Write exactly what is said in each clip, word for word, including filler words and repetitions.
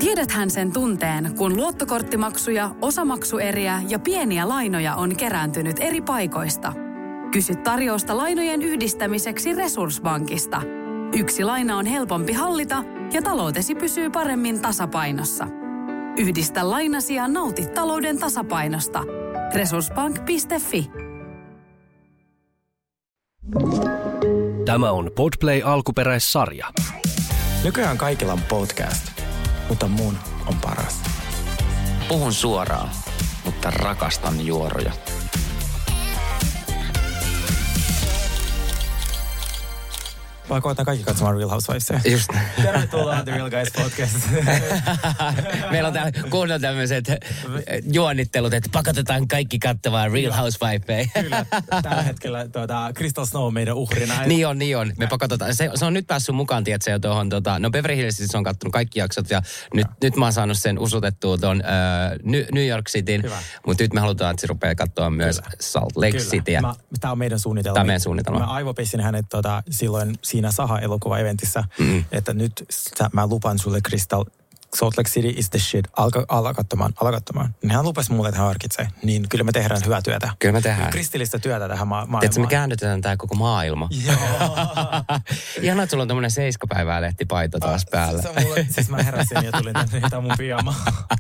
Tiedäthän sen tunteen, kun luottokorttimaksuja, osamaksueriä ja pieniä lainoja on kerääntynyt eri paikoista. Kysy tarjousta lainojen yhdistämiseksi Resurssbankista. Yksi laina on helpompi hallita ja taloutesi pysyy paremmin tasapainossa. Yhdistä lainasi ja nauti talouden tasapainosta. Resurssbank piste fi. Tämä on Podplay alkuperäissarja. Nykyään kaikilla on podcast, mutta mun on paras. Puhun suoraan, mutta rakastan juoroja. Mä koitan kaikki katsomaan Real Housewivesia. Just. Tervetuloa The Real Guys podcast. Meillä on täällä kuunnella tämmöiset juonittelut, että pakotetaan kaikki katsomaan Real Housewiveja. Kyllä. Tällä hetkellä tuota, Crystal Snow on meidän uhrina. Niin on, niin on. Me pakotetaan. Se, se on nyt päässyt mukaan, tiedätkö, jo tuohon, tota, no Beverly Hillsissä on kattonut kaikki jaksot ja nyt, nyt mä oon saanut sen usutettua tuon uh, New York Cityn. Mutta nyt me halutaan, että se rupeaa katsoa myös Kyllä. Salt Lake Kyllä. Cityä. Mä, tää on meidän suunnitelma. Tämä on meidän suunnitelma. Mä aivopessin hänet tota, silloin siinä Saha-elokuva-eventissä, mm. että nyt sä, mä lupan sulle, Crystal, Salt Lake City is the shit. Alka, ala katsomaan, ala katsomaan. Niin hän lupasi mulle, että hän harkitsee. Niin kyllä me tehdään hyvää työtä. Kyllä me tehdään. Kristillistä työtä tähän ma- maailmaan. Tiedätkö, me käännytetään tää koko maailma. Joo. Ihanaa, että sulla on tommonen seiskapäivää lehtipaita taas päällä. Se, se mulle, siis mä heräsin ja tulin tänne, tämä on mun pijama.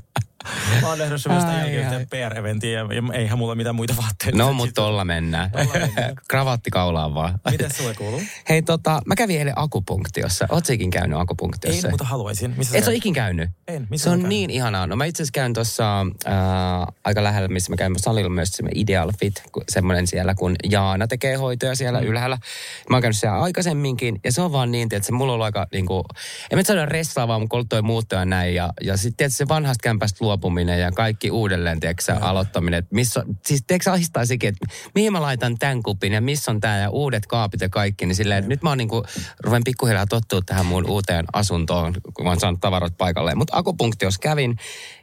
Mä oon lehdessä myös tämän jälkeen P R-eventiä ja eihän mulla mitään muita vaatteita. No, mutta tolla mennään. mennään. Kravatti kaulaan vaan. Miten sulle kuuluu? Hei, tota, mä kävin eilen akupunktiossa. Ootko ikin käynyt akupunktiossa? En, mutta haluaisin. Missä et sä ikin käynyt? En. Missä se on käynyt? niin ihanaa. No mä itse asiassa käyn tuossa äh, aika lähellä, missä mä käyn salilla myös semmoinen Ideal Fit, semmoinen siellä, kun Jaana tekee hoitoja siellä mm. ylhäällä. Mä oon käynyt siellä aikaisemminkin ja se on vaan niin, että se mulla on aika niinku, en mä saada ressaavaa, mun kun toi muutto ja näin. Ja, ja sitten se vanhasta kämpästä luopuminen ja kaikki uudelleen, tiedätkö aloittaminen. Että missä, siis tiedätkö ahistaa sekin, että mihin mä laitan tämän kupin ja missä on tää ja uudet kaapit ja kaikki. Niin silleen, että nyt mä oon niinku, ruven pikkuhiljaa tottua tähän mun uuteen asuntoon, kun mä oon saanut tavarat paikalleen. Mutta akupunktiossa kävin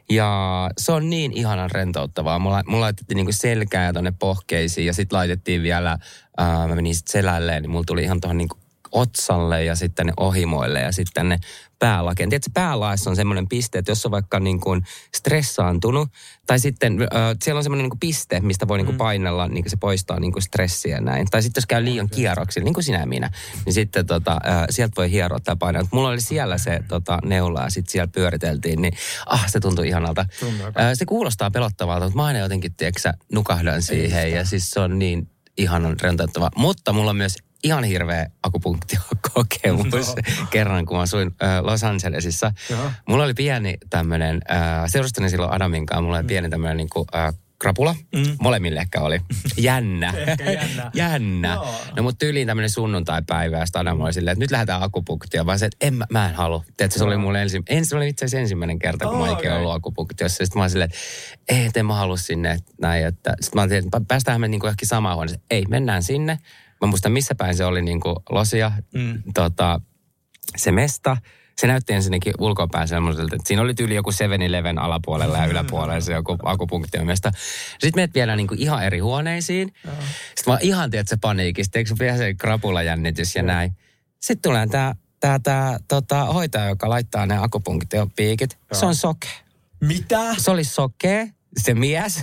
ja se on niin ihanan rentouttavaa. Mulla, mulla laitettiin niinku selkää ja tonne pohkeisiin ja sit laitettiin vielä, ää, mä menin sit selälleen, niin mulla tuli ihan tuohon niinku otsalle ja sitten ne ohimoille ja sitten ne päälakeen. Tiedätkö, päälaessa on semmoinen piste, että jos on vaikka niin kuin stressaantunut, tai sitten äh, siellä on semmoinen niin kuin piste, mistä voi niin kuin painella, niin kuin se poistaa niin kuin stressiä ja näin. Tai sitten jos käy liian kierroksilla, niin kuin sinä ja minä, niin sitten tota, äh, sieltä voi hieroa tai painaa. Mulla oli siellä se tota, neula ja sitten siellä pyöriteltiin, niin ah, se tuntui ihanalta. Äh, se kuulostaa pelottavalta, mutta mä aina jotenkin, tiedätkö, nukahdan siihen ja siis se on niin ihanan rentouttava. Mutta mulla on myös ihan hirveä akupunktiokokemus no. kerran, kun mä asuin äh, Los Angelesissa. Jaha. Mulla oli pieni tämmönen, äh, seurustelin silloin Adamin kanssa, mulla oli pieni tämmönen niinku äh, krapula. Mm. Molemmille ehkä oli. Jännä. Ehkä jännä. jännä. No, no mut tyyliin tämmönen sunnuntai-päivä ja sitten Adam oli silleen, että nyt lähdetään akupunktioon. Vaan se, että en mä, mä en halua. Tiedätkö, se oli mulle ensin, ensin oli itse asiassa ensimmäinen kerta, kun oh, mä ikinä ollut akupunktiossa. Sitten mä olin silleen, että ei, et en mä halua sinne. Että näin, että sitten mä olin, että päästään me niinku johonkin samaan huoneeseen. Ei, mennään sinne. Mä muistan, missä päin se oli niin kuin Losia, mm. tota, se mesta. Se näytti ensinnäkin ulkopäin semmoiselta, että siinä oli tyyli joku seven eleven alapuolella ja yläpuolella se joku akupunktiomesta. Sitten menet vielä niin kuin ihan eri huoneisiin. Oh. Sitten mä ihan tiedät se paniikista, eikö se vielä se krapulajännitys ja näin. Sitten tulee tää, tää, tää tota, hoitaja, joka laittaa ne akupunktiopiikit. Oh. Se on soke. Mitä? Se oli soke. Se mies.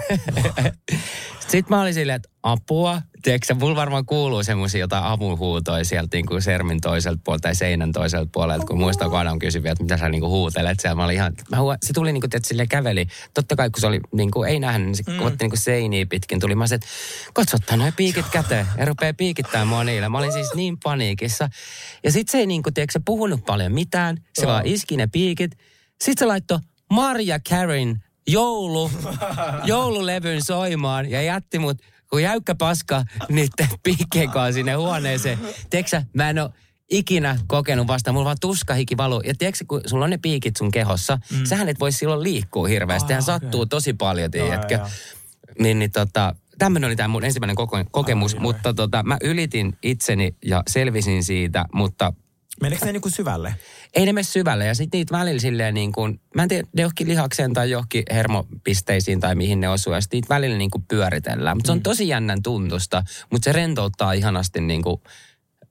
Sitten mä olin silleen, että apua. Tiedätkö, mulla varmaan kuuluu semmoisia jotain avunhuutoja sieltä niin kuin sermin toiselta puolelta tai seinän toiselta puolelta, kun muistaa, kun Adam kysyi, että mitä sä niin kuin huutelet. Siellä mä olin ihan, mä huo, se tuli niin kuin, että silleen käveli. Totta kai, kun se oli, niin kuin, ei nähnyt, niin se mm. otti niin kuin seiniä pitkin. Tuli mä se, että katsottaa noi piikit käteen. Ja rupeaa piikittämään mua niillä. Mä olin siis niin paniikissa. Ja sit se ei niin kuin, tiedätkö, se puhunut paljon mitään. Se oh. vaan iski ne piikit. Sitten se laittoi Mariah Careyn joulu, joululevyn soimaan ja jätti mut, kun jäykkä paska niiden piikkien kanssa sinne huoneeseen. Tiedätkö mä en ole ikinä kokenut vastaan, mulla vaan tuskahiki valuu. Ja tiedätkö, kun sulla on ne piikit sun kehossa, mm. sähän et voi silloin liikkua hirveästi. Sehän okay. sattuu tosi paljon, tiedätkö. No, niin, niin tota, tämmöinen oli tämä mun ensimmäinen koko, kokemus, oh, mutta tota, mä ylitin itseni ja selvisin siitä, mutta meneekö ne niinku syvälle? Ei ne mene syvälle. Ja sitten niitä välillä silleen niin kuin, mä en tiedä, ne johonkin lihakseen tai johonkin hermopisteisiin tai mihin ne osuu. Ja sitten niitä välillä niin kuin pyöritellään. Mutta se on tosi jännän tuntusta, mutta se rentouttaa ihanasti niin kuin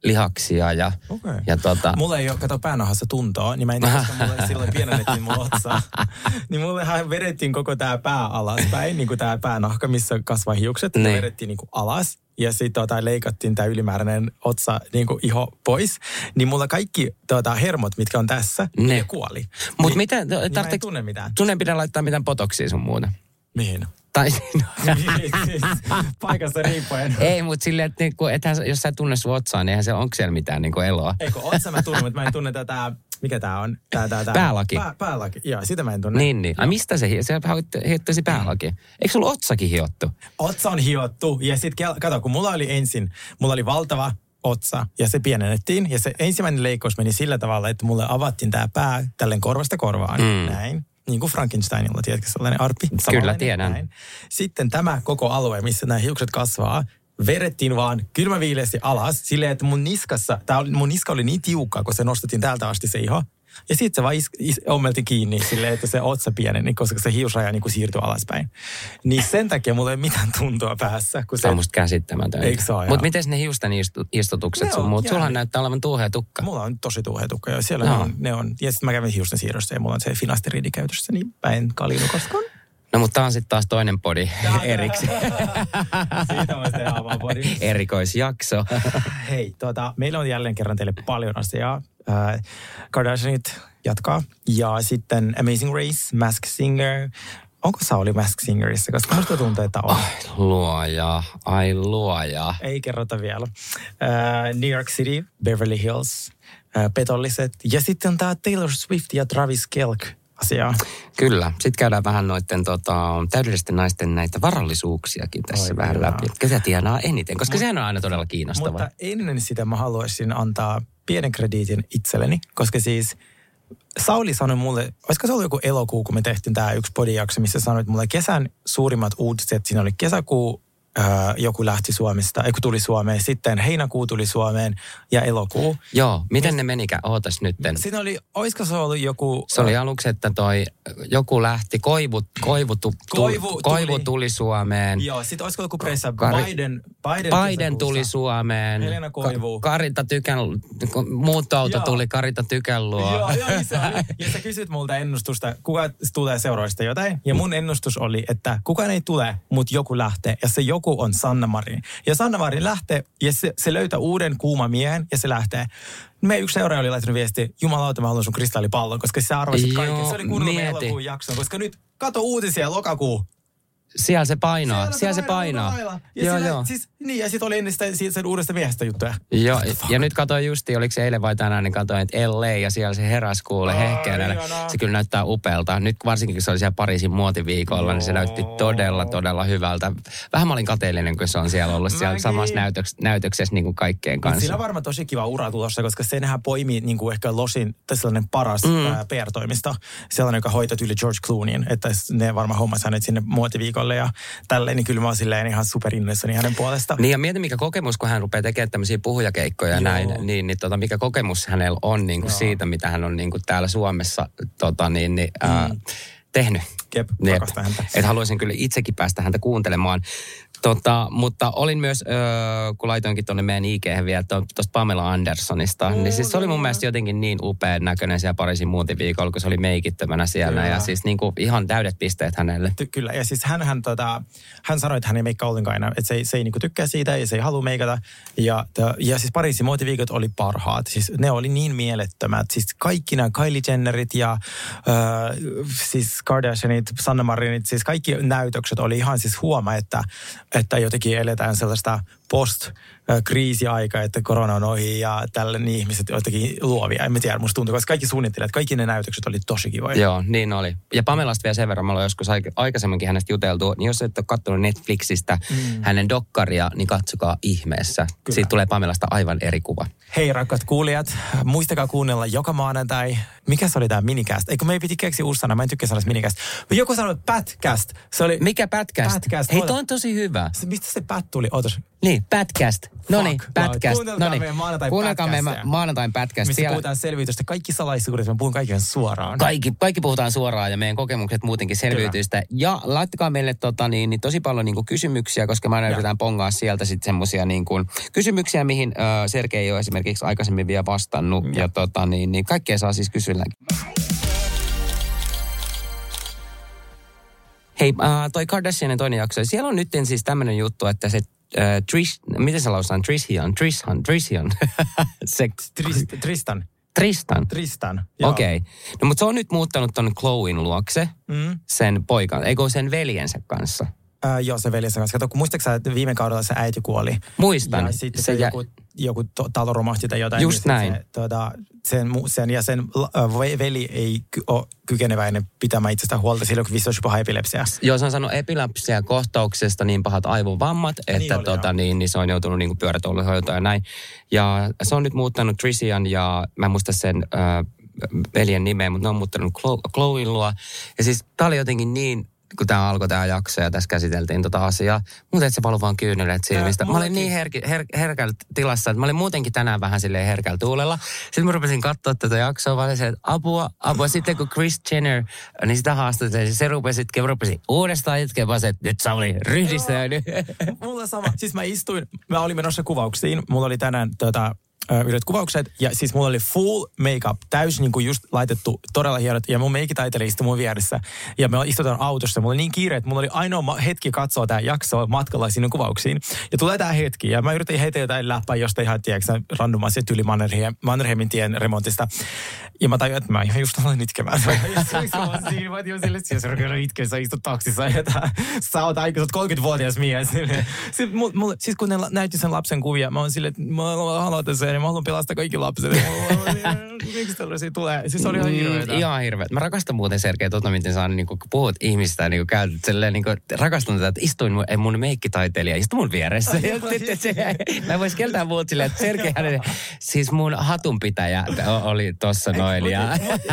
lihaksia ja, okay. ja tota... Mulla ei ole, kato päänahassa tuntoa, niin mä en tiedä, koska mulle silloin pienennettiin mun otsaa. Niin mullehan vedettiin koko tää pää alaspäin, niin kuin tää päänahka, missä kasvaa hiukset, niin vedettiin niin kuin alas. Ja sitten tota, leikattiin tämä ylimääräinen otsa niin kuin iho pois. Niin mulla kaikki tota, hermot, mitkä on tässä, ne, ne kuoli. Mutta niin, miten... Niin mä en tunne mitään. Sun ei pidä laittaa mitään botoksia sun muuta. Mihin? Tai siinä... siis, paikasta riippuen. Ei, mutta silleen, että niinku, ethän, jos sä et tunne sun otsaa, niin eihän se, onko siellä mitään niinku eloa? Eikö, otsa mä tunnen, mutta mä en tunne tätä... Mikä tää on? Tää, tää, tää. Päälaki. Pää, päälaki, joo, sitä mä en tunne. Niin, niin. Ai mistä se, se hiottaisi päälaki? Eikö sulla otsakin hiottu? Otsa on hiottu ja sit kato, kun mulla oli ensin, mulla oli valtava otsa ja se pienennettiin. Ja se ensimmäinen leikkaus meni sillä tavalla, että mulle avattiin tää pää tälleen korvasta korvaan. Mm. Näin. Niin kuin Frankensteinilla, tiedätkö, sellainen arppi? Kyllä, tiedän. Näin. Sitten tämä koko alue, missä nämä hiukset kasvaa, vedettiin vaan kylmäviileästi alas silleen, että mun niskassa, tää oli, mun niska oli niin tiukka, kun se nostettiin täältä asti se iho. Ja sitten se vaan is, is, ommelti kiinni silleen, että se otsa pieneni, koska se hiusraja niin kuin siirtyi alaspäin. Niin sen takia mulla ei mitään tuntua päässä. Kun se, se on musta käsittämätöntä. Eikö se ole? Mutta miten ne hiusten istu, istutukset sun muut? Sullahan näyttää olevan tuuhea tukka. Mulla on tosi tuuhea tukka ja siellä no. ne, on, ne on. Ja sitten mä kävin hiusten siirrossa ja mulla on se finasteridi käytössä, niin mä en kaljunut koskaan. No mutta tää on sitten taas toinen podi eriksi. Siitä mä tehdään vaan podi. Erikoisjakso. Hei, tuota, meillä on jälleen kerran teille paljon asiaa. Äh, Kardashianit jatkaa. Ja sitten Amazing Race, Masked Singer. Onko Sauli Masked Singerissa? Koska musta tuntuu, että on. Ai luoja, ai luoja. Ei kerrota vielä. Äh, New York City, Beverly Hills, äh, petolliset. Ja sitten tämä Taylor Swift ja Travis Kelce asiaa. Kyllä. Sitten käydään vähän noiden tota, täydellisten naisten näitä varallisuuksiakin tässä Oi, vähän hyvä. läpi. Ketä tienaa eniten, koska Mut, sehän on aina todella kiinnostavaa. Mutta ennen sitä mä haluaisin antaa pienen krediitin itselleni, koska siis Sauli sanoi mulle, olisiko se ollut joku elokuu, kun me tehtiin tämä yksi podijakso, missä sanoit mulle kesän suurimmat uutiset. Siinä oli kesäkuu, Öö, joku lähti Suomesta, ei kun tuli Suomeen, sitten heinäkuu tuli Suomeen ja elokuu. Joo, miten ja ne menikään? Ootas nytten. Siinä oli, olisiko se ollut joku... Se oli aluksi, että toi joku lähti, koivu, koivu, tu, koivu, tu, koivu tuli. tuli Suomeen. Joo, sitten olisiko joku pressa, Kari, Biden, Biden, Biden tuli Suomeen. Helena Koivu. Ka, Karita Tykän, muuttoauto tuli Karita Tykän luo. Joo, joo, se oli. Ja sä kysyt multa ennustusta, kuka tulee seuraavista jotain. Ja mun ennustus oli, että kukaan ei tule, mutta joku lähtee. Ja se joku on Sanna Marin. Ja Sanna Marin lähtee ja se, se löytää uuden kuuma miehen ja se lähtee. Me yksi seuraaja oli laittanut viesti, jumalauta mä haluan sun kristallipallon, koska sä arvasit kaiken. Se oli kuunnellut elokuun jakson, koska nyt kato uutisia lokakuu. Siellä se painaa, siellä, siellä se painaa. painaa. Ja joo, joo. Siis, niin, ja sitten oli ennen sitä, sen uudesta miehestä juttuja. Joo, ja nyt katsoin justi, oliko se eilen vai tänään, niin katsoin, että L A ja siellä se heräs kuule hehkeänä. Se kyllä näyttää upealta. Nyt varsinkin, kun se oli siellä Pariisin muotiviikolla, niin se näytti todella, todella hyvältä. Vähän mä olin kateellinen, kun se on siellä ollut siellä samassa näytöks, näytöksessä niin kuin kaikkeen kanssa. Siinä on varmaan tosi kiva ura tulossa, koska senhän poimii niin kuin ehkä Losin, tai sellainen paras mm. ää, P R-toimisto. Sellainen, joka hoitaa yli George Clooneyin, että ne varmaan hommas hänet sinne muotiviikolle ja tälleen, niin kyllä mä oon silleen ihan superinnoissani hänen puolesta. Niin ja mieti mikä kokemus, kun hän rupeaa tekemään tämmöisiä puhujakeikkoja ja näin, niin, niin tota, mikä kokemus hänellä on niin kuin siitä, mitä hän on niin kuin täällä Suomessa tota, niin, niin, ää, mm. tehnyt. Jep, rakastan häntä. Että haluaisin kyllä itsekin päästä häntä kuuntelemaan. Tota, mutta olin myös, öö, kun laitoinkin tuonne meidän I G:hen vielä tuosta Pamela Andersonista, oh, niin siis se oli mun mielestä jotenkin niin upean näköinen siellä Pariisin muutiviikolla, kun se oli meikittömänä siellä. Kyllä. Ja siis niin kuin ihan täydet pisteet hänelle. Ty- kyllä, ja siis hän, hän, tota, hän sanoi, että hän ei meikkaa ollenkaan enää, että se ei, se ei niin kuin tykkää siitä ja se ei halua meikata. Ja, ja siis Pariisin muotiviikot oli parhaat, siis ne oli niin mielettömät. Siis kaikki nämä Kylie Jennerit ja äh, siis Kardashianit, Sanna Marinit, siis kaikki näytökset oli ihan siis huoma, että että jotenkin eletään sellaista post-kriisiaikaa, että korona on ohi ja tällä niin ihmiset jotenkin luovia. En mä tiedä, musta tuntuu, koska kaikki suunnittelijat, kaikki ne näytökset oli tosi kivoja. Joo, niin oli. Ja Pamelasta vielä sen verran, mä olen joskus aikaisemminkin hänestä juteltu, niin jos et ole katsonut Netflixistä mm. hänen dokkaria, niin katsokaa ihmeessä. Kyllä. Siitä tulee Pamelasta aivan eri kuva. Hei rakkaat kuulijat, muistakaa kuunnella joka maanantai. Mikä se oli tämä minicast? Eikö me ei piti keksiä uusi sana, mä en tykkää sanasta minicast. Joku sanoi patcast. Se oli mikä patcast? Patcast. Hei, toi on tosi hyvä. Se, mistä se pat tuli? Ootas. Niin, patcast. No niin, pätkästä. Kuunnelkaa meidän maanantain Kuunnelkaa pätkästä. meidän maanantain pätkästä. Missä Siellä puhutaan selviytystä. Kaikki salaisuudet, mä puhun kaiken suoraan. Kaikki, kaikki puhutaan suoraan ja meidän kokemukset muutenkin selviytyistä. Kyllä. Ja laittakaa meille tota, niin, niin tosi paljon niin kuin kysymyksiä, koska mä yritän pongaa sieltä sitten semmosia niin kuin kysymyksiä, mihin äh, Sergei ei ole esimerkiksi aikaisemmin vielä vastannut. Ja, ja tota, niin, niin kaikkea saa siis kysyä. Hei, äh, toi Kardashianin toinen jakso. Siellä on nyt siis tämmöinen juttu, että se äh, Trish, miten se lausutaan? Trishan, Trishan, Trishan. se, Trist, Tristan. Tristan? Tristan, okei. Okay. No mutta se on nyt muuttanut ton Khloen luokse, mm. sen poikan, eikö sen veljensä kanssa? Äh, joo, se veljensä kanssa. Kato, muistatko sä, että viime kaudella se äiti kuoli? Muistan. Ja sitten se se joku, joku to, talo romahti tai jotain. Just näin. Se, tuota, sen, sen, ja sen äh, veli ei ky, ole kykeneväinen pitämään itsestään huolta silloin, kun vissi olisi paha epilepsia. Joo, se on saanut epilepsia kohtauksesta niin pahat aivovammat, että niin, oli, tota, niin, niin se on joutunut niin pyörätuolihoitoon ja näin. Ja se on nyt muuttanut Trishan ja mä en muista sen äh, veljen nimeä, mutta ne on muuttanut Khloen luo. Ja siis tää oli jotenkin niin, kun tämä alkoi tämä jakso ja tässä käsiteltiin tota asiaa, mutta et se valu vaan kyyneleet silmistä. Mä olin niin her, her, herkällä tilassa, että mä olin muutenkin tänään vähän silleen herkällä tuulella. Sitten mä rupesin katsoa tätä jaksoa, vaan se, että apua, apua. Sitten kun Kris Jenner, niin sitä haastattelin, se rupesi, että mä rupesin uudestaan itkeä, vaan se, että nyt Sauli ryhdistä. Mulla sama. Siis mä istuin, mä olin menossa kuvauksiin. Mulla oli tänään tota, yhdet kuvaukset, ja siis mulla oli full make-up, täysin niin kuin just laitettu, todella hienot, ja mun meikitaiteilija istui mun vieressä, ja me istutaan autossa, mulla oli niin kiire, että mulla oli ainoa hetki katsoa tää jaksoa matkalla sinne kuvauksiin, ja tulee tää hetki, ja mä yritin heitä jotain läppää, josta ihan tiedätkö, random asiat yli Mannerheimin tien remontista, ja mä tajuin, että mä ihan just aloin itkemään. Ja se on siinä, mä oon sille, että sä itken, sä istut taksissa, ja tää, sä oot aika, sä oot kolmekymmentävuotias mies. Siis, mulla, siis kun ne näytti sen lapsen kuvia, mä oon silleen, että mä haluan sen, ja mä haluan pelastaa kaikki lapset. Miksi tällaisia tulee? Siis oli ihan hirveetä. Ihan hirveetä. Mä rakastan muuten, Sergei, tuota, miten sä niin kun puhut ihmistä ja niin käytät silleen, niin rakastan tätä, että istuin mun, mun meikkitaiteilija, istui mun vieressä. Mä en vois keltään puhut silleen, että Sergei, hänen, siis mun hatunpitäjä oli tossa noin. Ja...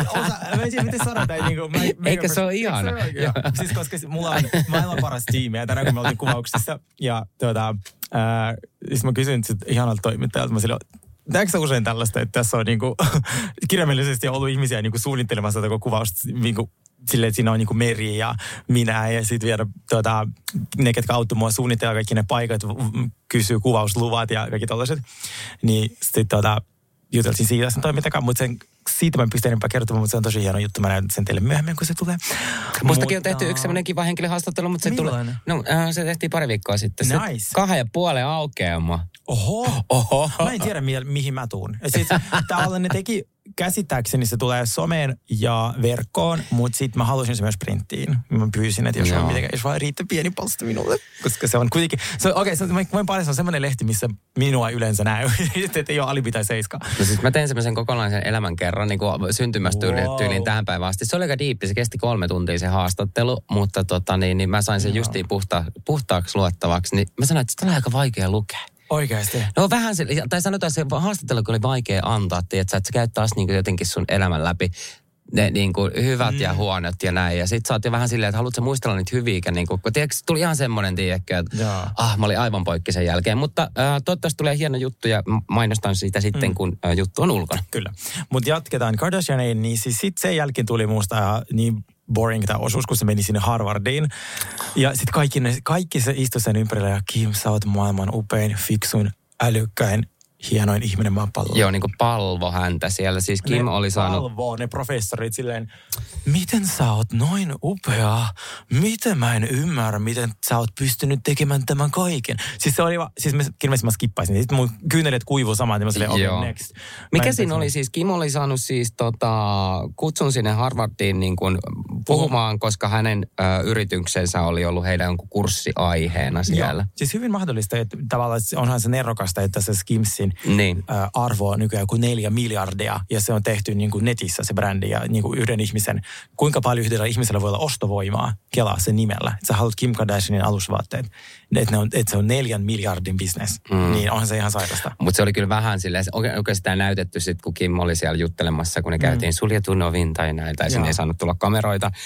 Mä en tiedä, miten sanotaan. Eikö se ole ihana? Siis koska mulla on maailman paras tiimi, ja tänään kun me oltiin kuvauksissa, ja tuota, ää, siis mä kysyin sit ihanalta toimittajalta, mä silloin, näetkö sä usein tällaista, että tässä on niinku, kirjaimellisesti ollut ihmisiä niinku suunnittelemassa tätä kuvausta niinku, silleen, että siinä on niinku Meri ja minä ja sitten vielä tuota, ne, ketkä auttoi mua suunnittelemaan kaikki ne paikat, kysyy kuvausluvat ja kaikki tollaiset. Niin sitten tuota, juteltiin siitä sen toimintakaan, mutta sen, siitä mä en pysty enempää kertomaan, mutta se on tosi hieno juttu. Mä näytän sen teille myöhemmin, kun se tulee. Mustakin on tehty yksi sellainen kiva henkilöhaastattelu, mutta se tulee. No, äh, se tehtiin pari viikkoa sitten. Nice. Se kahden ja puolen aukeama. Oho. Oho. Mä en tiedä, mi- mihin mä tuun. Ja sit tavallaan ne teki, käsittääkseni se tulee someen ja verkkoon, mutta sitten mä halusin se myös printtiin. Mä pyysin, että jos on mitenkään, jos vaan riittää pieni palsta minulle. Koska se on kuitenkin, okei, okay, se, mä voin paljon, se on semmoinen lehti, missä minua yleensä näy. Että ei ole alibi tai seiska. No siis mä tein semmoisen kokonaisen elämän kerran, niin kuin syntymästä wow. tyyliin tähän päivään asti. Se oli aika diippi, se kesti kolme tuntia se haastattelu, mutta tota niin, niin mä sain sen justiin puhta, puhtaaksi luettavaksi. Niin mä sanoin, että sitä oli aika vaikea lukea. Oikeasti? No vähän se, tai sanotaan se haastattelu oli vaikea antaa, että sä käyt taas niin jotenkin sun elämän läpi ne niin kuin hyvät mm. ja huonot ja näin. Ja sit sä oot jo vähän silleen, että haluatko muistella niitä hyviä, niin kuin, kun tiedätkö, tuli ihan semmoinen, tiedätkö, että Jaa. ah, mä olin aivan poikki sen jälkeen. Mutta äh, toivottavasti tulee hieno juttu ja mainostan sitä sitten, mm. kun äh, juttu on ulkona. Kyllä. Mutta jatketaan Kardashianiin, niin siis sit sen jälkeen tuli musta niin boring tämä osuus, kun se meni sinne Harvardiin. Ja sitten kaikki, kaikki se istui sen ympärillä ja Kim, sä oot maailman upein, fiksuin, älykkäin, hienoin ihminen maapallolla. Joo, niin kuin palvo häntä siellä. Siis Kim ne oli saanut... palvoo, ne professorit silleen, miten sä oot noin upea? Miten mä en ymmärrä, miten sä oot pystynyt tekemään tämän kaiken? Siis se oli, siis mä, ilmeisesti mä skippaisin. Sitten mun kyynelet kuivuu samaan, niin mä silleen, okei, okay, next. Mikä siinä oli siis? Kim oli saanut siis tota, kutsun sinne Harvardiin niin kuin puhumaan, koska hänen ö, yrityksensä oli ollut heidän jonkun kurssiaiheena siellä. Joo. Siis hyvin mahdollista, että tavallaan onhan se nerokasta, että se Skimsin niin. ä, arvo on nykyään kuin neljä miljardia ja se on tehty niin kuin netissä se brändi ja niin kuin yhden ihmisen, kuinka paljon yhdellä ihmisellä voi olla ostovoimaa kelaa sen nimellä. Että sä haluat Kim Kardashianin alusvaatteet, että, on, että se on neljän miljardin business, mm. niin onhan se ihan sairasta. Mutta se oli kyllä vähän silleen, oikein sitä näytetty sitten, kun Kim oli siellä juttelemassa, kun ne käytiin mm. suljetun ovin tai näin, tai sinne ei saanut tulla kameroita.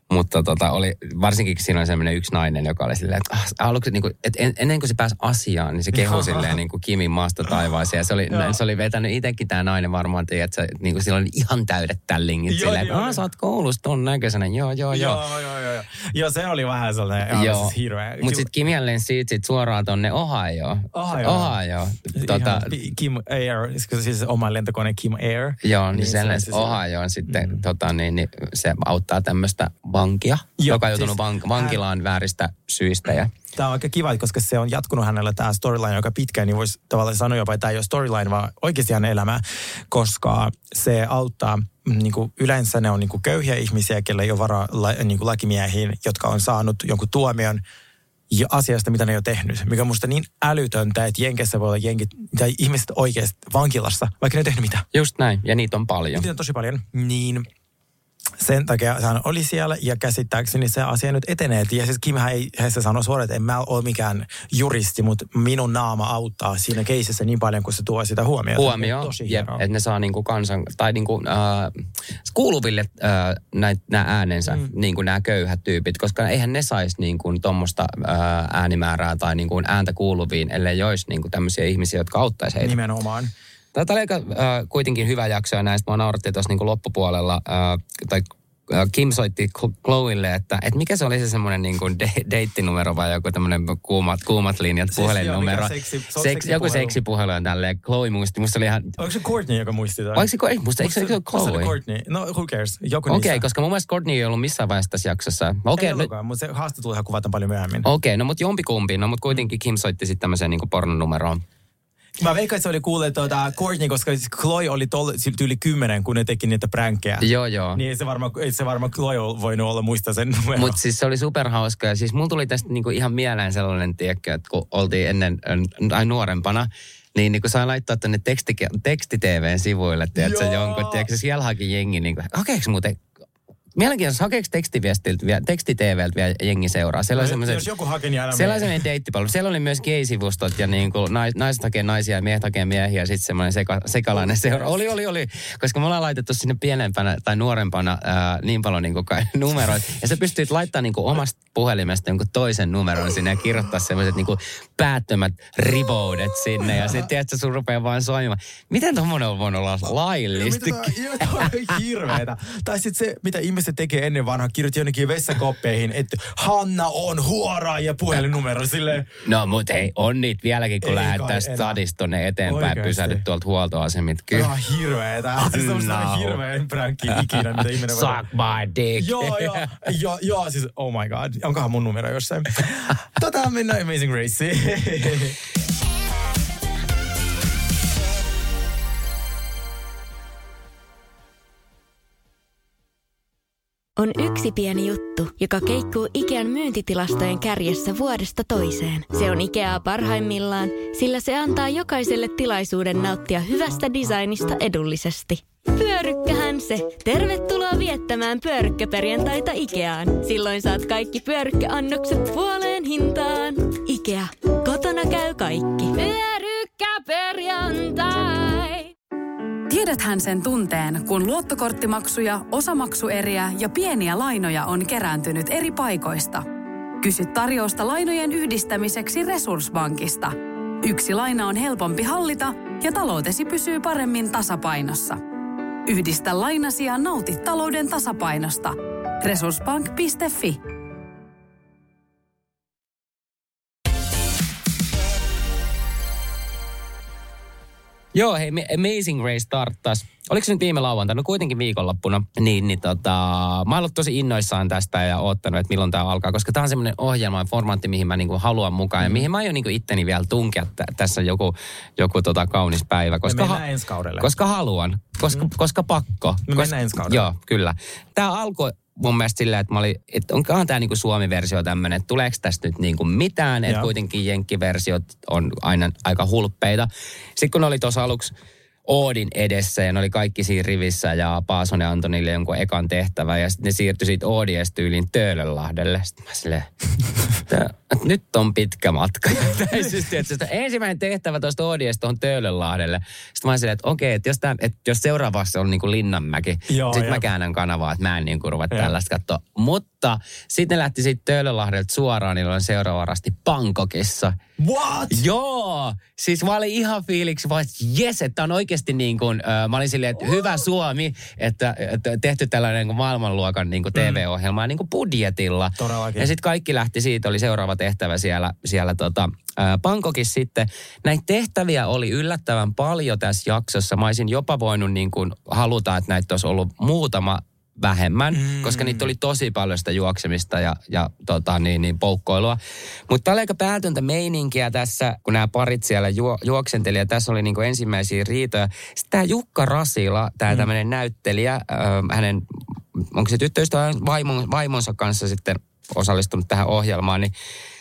Mutta tota, oli, varsinkin siinä oli sellainen yksi nainen, joka oli silleen, että, ah, aluksi, niin kuin, että en, ennen kuin se pääsi asiaan, niin se kehui silleen niin kuin Kimin maasta taivaaseen. Ja se oli, se oli vetänyt itsekin tämä nainen varmaan, että se, niin kuin, sillä oli ihan täydet tällingit silleen, että ah, sä oot koulussa ton näköisenä. Joo, joo, joo. Joo, joo, joo. Joo, se oli vähän sellainen, joo, siis hirveä. Mutta sitten Kim jälleen siitä sit suoraan tonne Ohioon. Ohio. Ohio. Tota, Kim Air, siis oma lentokone Kim Air. Joo, niin, niin sellainen siis Ohioon sitten, mm. tota, niin, niin, se auttaa tämmöistä vankia, joo, joka on joutunut siis vank- vankilaan hän... vääristä syistä. Ja... Tämä on aika kiva, koska se on jatkunut hänellä tämä storyline, joka pitkään, niin voisi tavallaan sanoa jopa, että tämä ei ole storyline, vaan oikeasti hänen elämää, koska se auttaa, niin kuin yleensä ne on niin kuin köyhiä ihmisiä, kelle ei ole varaa la, niin kuin lakimiehiin, jotka on saanut jonkun tuomion ja asiasta, mitä ne ei ole tehnyt. Mikä on musta niin älytöntä, että Jenkessä voi olla jenkit, tai ihmiset oikeasti vankilassa, vaikka ne ei tehnyt mitään. Just näin, ja niitä on paljon. Niitä on tosi paljon, niin... Sen takia hän oli siellä ja käsittääkseni se asia nyt etenee. Ja siis Kimhän ei heissä sano suoraan, että en mä ole mikään juristi, mutta minun naama auttaa siinä keisissä niin paljon, kun se tuo sitä huomiota. Huomioon, että ne saa niinku kansan, tai niinku, äh, kuuluville äh, nämä äänensä, mm. niinku nämä köyhät tyypit, koska eihän ne saisi niinku tuommoista äh, äänimäärää tai niinku ääntä kuuluviin, ellei olisi niinku tämmöisiä ihmisiä, jotka auttaisi heitä. Nimenomaan. Tämä oli aika äh, kuitenkin hyvä jakso ja näistä mua naurattiin tuossa niinku loppupuolella, äh, tai äh, Kim soitti Chloelle, että, että mikä se oli se semmoinen niinku de- deittinumero vai joku tämmöinen kuumat, kuumat linjat, siis puhelinnumero. Seksi, Seks, joku seksipuhelu on tälleen. Chloe muisti, musta oli ihan... Onko se Courtney, joka muisti tämän? Oliko se, ei, musta, eikö se ole Chloe? Musta Courtney. No, who cares? Joku Okei, okay, niissä. koska mun mielestä Courtney ei ollut missään vaiheessa tässä jaksossa. Okay, ei ollutkaan, mutta se haastatteluhan kuvataan paljon myöhemmin. Okei, okay, no mutta jompikumpi. No mutta kuitenkin Kim soitti sitten tämmöiseen niinku pornonumeroon. Mä veikkaan, että se oli kuullut tuota Courtney, koska Chloe oli tol, yli kymmenen, kun ne teki niitä pränkkejä. Joo, joo. Niin se varmaan, se varmaan Chloe on voinut olla muista sen numero. Mutta siis se oli superhauska. Ja siis mulla tuli tästä niinku ihan mieleen sellainen, tiedätkö, että kun oltiin ennen, tai nuorempana, niin, niin kun sai laittaa tänne teksti, teksti-tv:n sivuille, tiedätkö, jonkun, tiedätkö, siellä haki jengi, niin kuin, hakeeko muuten... Mielenkiintoista, hakeeko tekstiviestiltä, teksti-tv:ltä vielä jengi seuraa? Siellä no, oli jos joku hakee, niin älä siellä oli sellainen deittipalvelu. Siellä oli myös gay-sivustot ja niin kuin nais, naiset hakee naisia ja miehet hakee miehiä ja sitten semmoinen seka, sekalainen seura. Oli, oli, oli. Koska me ollaan laitettu sinne pienempänä tai nuorempana ää, niin paljon niin kuin numeroita. Ja sä pystyt laittamaan niin kuin omasta puhelimesta jonkun toisen numeron sinne ja kirjoittaa semmoiset niin kuin päättömät rivoudet sinne. Ja sitten tiedätkö, sun rupeaa vaan soimaan. Miten tommoinen on voinut olla laillista? Mitä on hirveetä. Tai sitten se, mitä ihmiset tekee ennen vanhaa, kirjoitti jonnekin vessakoppeihin, että Hanna on huora ja puhelinnumero silleen. No mut hei, on niitä vieläkin, kun lähdet tästä stadista tonne eteenpäin ja pysähdyt tuolta huoltoasemit. Kyllä. Ah, hirveetä. Siis semmoista no. hirveän pränkki ikinä, mitä ihminen voi... Suck my dick. Joo, joo, joo, joo, siis oh my god. Onkohan mun numero jossain? Tota mennään Amazing Raceen. On yksi pieni juttu, joka keikkuu Ikean myyntitilastojen kärjessä vuodesta toiseen. Se on Ikeaa parhaimmillaan, sillä se antaa jokaiselle tilaisuuden nauttia hyvästä designista edullisesti. Pyörykkähän se! Tervetuloa viettämään pyörykkäperjantaita Ikeaan. Silloin saat kaikki pyörykkäannokset puoleen hintaan. Ikea. Kotona käy kaikki. Pyörykkäperjantai! Tiedäthän sen tunteen, kun luottokorttimaksuja, osamaksueriä ja pieniä lainoja on kerääntynyt eri paikoista. Kysy tarjousta lainojen yhdistämiseksi Resurssbankista. Yksi laina on helpompi hallita ja taloutesi pysyy paremmin tasapainossa. Yhdistä lainasi ja nauti talouden tasapainosta. Resurssbank piste fi. Joo, hei, Amazing Race starttas. Oliko se nyt viime lauantaina? No kuitenkin viikonloppuna. Niin, niin tota, mä oon ollut tosi innoissaan tästä ja oottanut, että milloin tää alkaa. Koska tää on semmoinen ohjelma ja formaatti, mihin mä niinku haluan mukaan. Ja mihin mä aion niinku itteni vielä tunkea t- tässä joku, joku tota kaunis päivä. Koska me mennään ha- ensi kaudelle. Koska haluan. Koska, mm. koska pakko. Me Kos- mennään ensi kaudelle. Joo, kyllä. Tää alkoi mun mielestä silleen, että mä olin, että onkohan tää niinku Suomi-versio tämmönen, että tuleeko tästä nyt niinku mitään, että kuitenkin jenkkiversiot on aina aika hulppeita. Sitten kun oli tuossa aluksi Oodin edessä ja ne oli kaikki siinä rivissä ja Paasonen antoi niille jonkun ekan tehtävän ja sitten ne siirtyi siitä Oodiesta tyyliin Töölönlahdelle. Sitten mä silleen, että nyt on pitkä matka. Että ensimmäinen tehtävä tuosta Oodiesta on Töölönlahdelle. Sitten mä silleen, että okei, että jos, tämän, että jos seuraavassa on niin kuin Linnanmäki, sitten mä käännän kanavaa, että mä en niin kuin ruveta tällaista katsoa. Mutta Mutta sitten ne lähti siitä Töölönlahdelta suoraan, niin olen seuraava rasti Bangkokissa. What? Joo! Siis mä olin ihan fiiliksi, vaan jes, että on oikeasti niin kuin, äh, mä olin silleen, että hyvä Suomi, että, että tehty tällainen niin kuin maailmanluokan niin kuin T V-ohjelma niin kuin budjetilla. Todellakin. Ja sitten kaikki lähti siitä, oli seuraava tehtävä siellä, siellä tota, äh, Bangkokissa sitten. Näitä tehtäviä oli yllättävän paljon tässä jaksossa. Mä olisin jopa voinut niin kuin haluta, että näitä olisi ollut muutama vähemmän, mm. koska niitä oli tosi paljon sitä juoksemista ja, ja tota, niin, niin, poukkoilua. Mutta oli aika päätöntä meininkiä tässä, kun nämä parit siellä juo, juoksenteli, ja tässä oli niinku ensimmäisiä riitoja. Sitten tämä Jukka Rasila, tämä mm. tämmöinen näyttelijä, äh, hänen, onko se tyttöystävä vaimon, vaimonsa kanssa sitten osallistunut tähän ohjelmaan, niin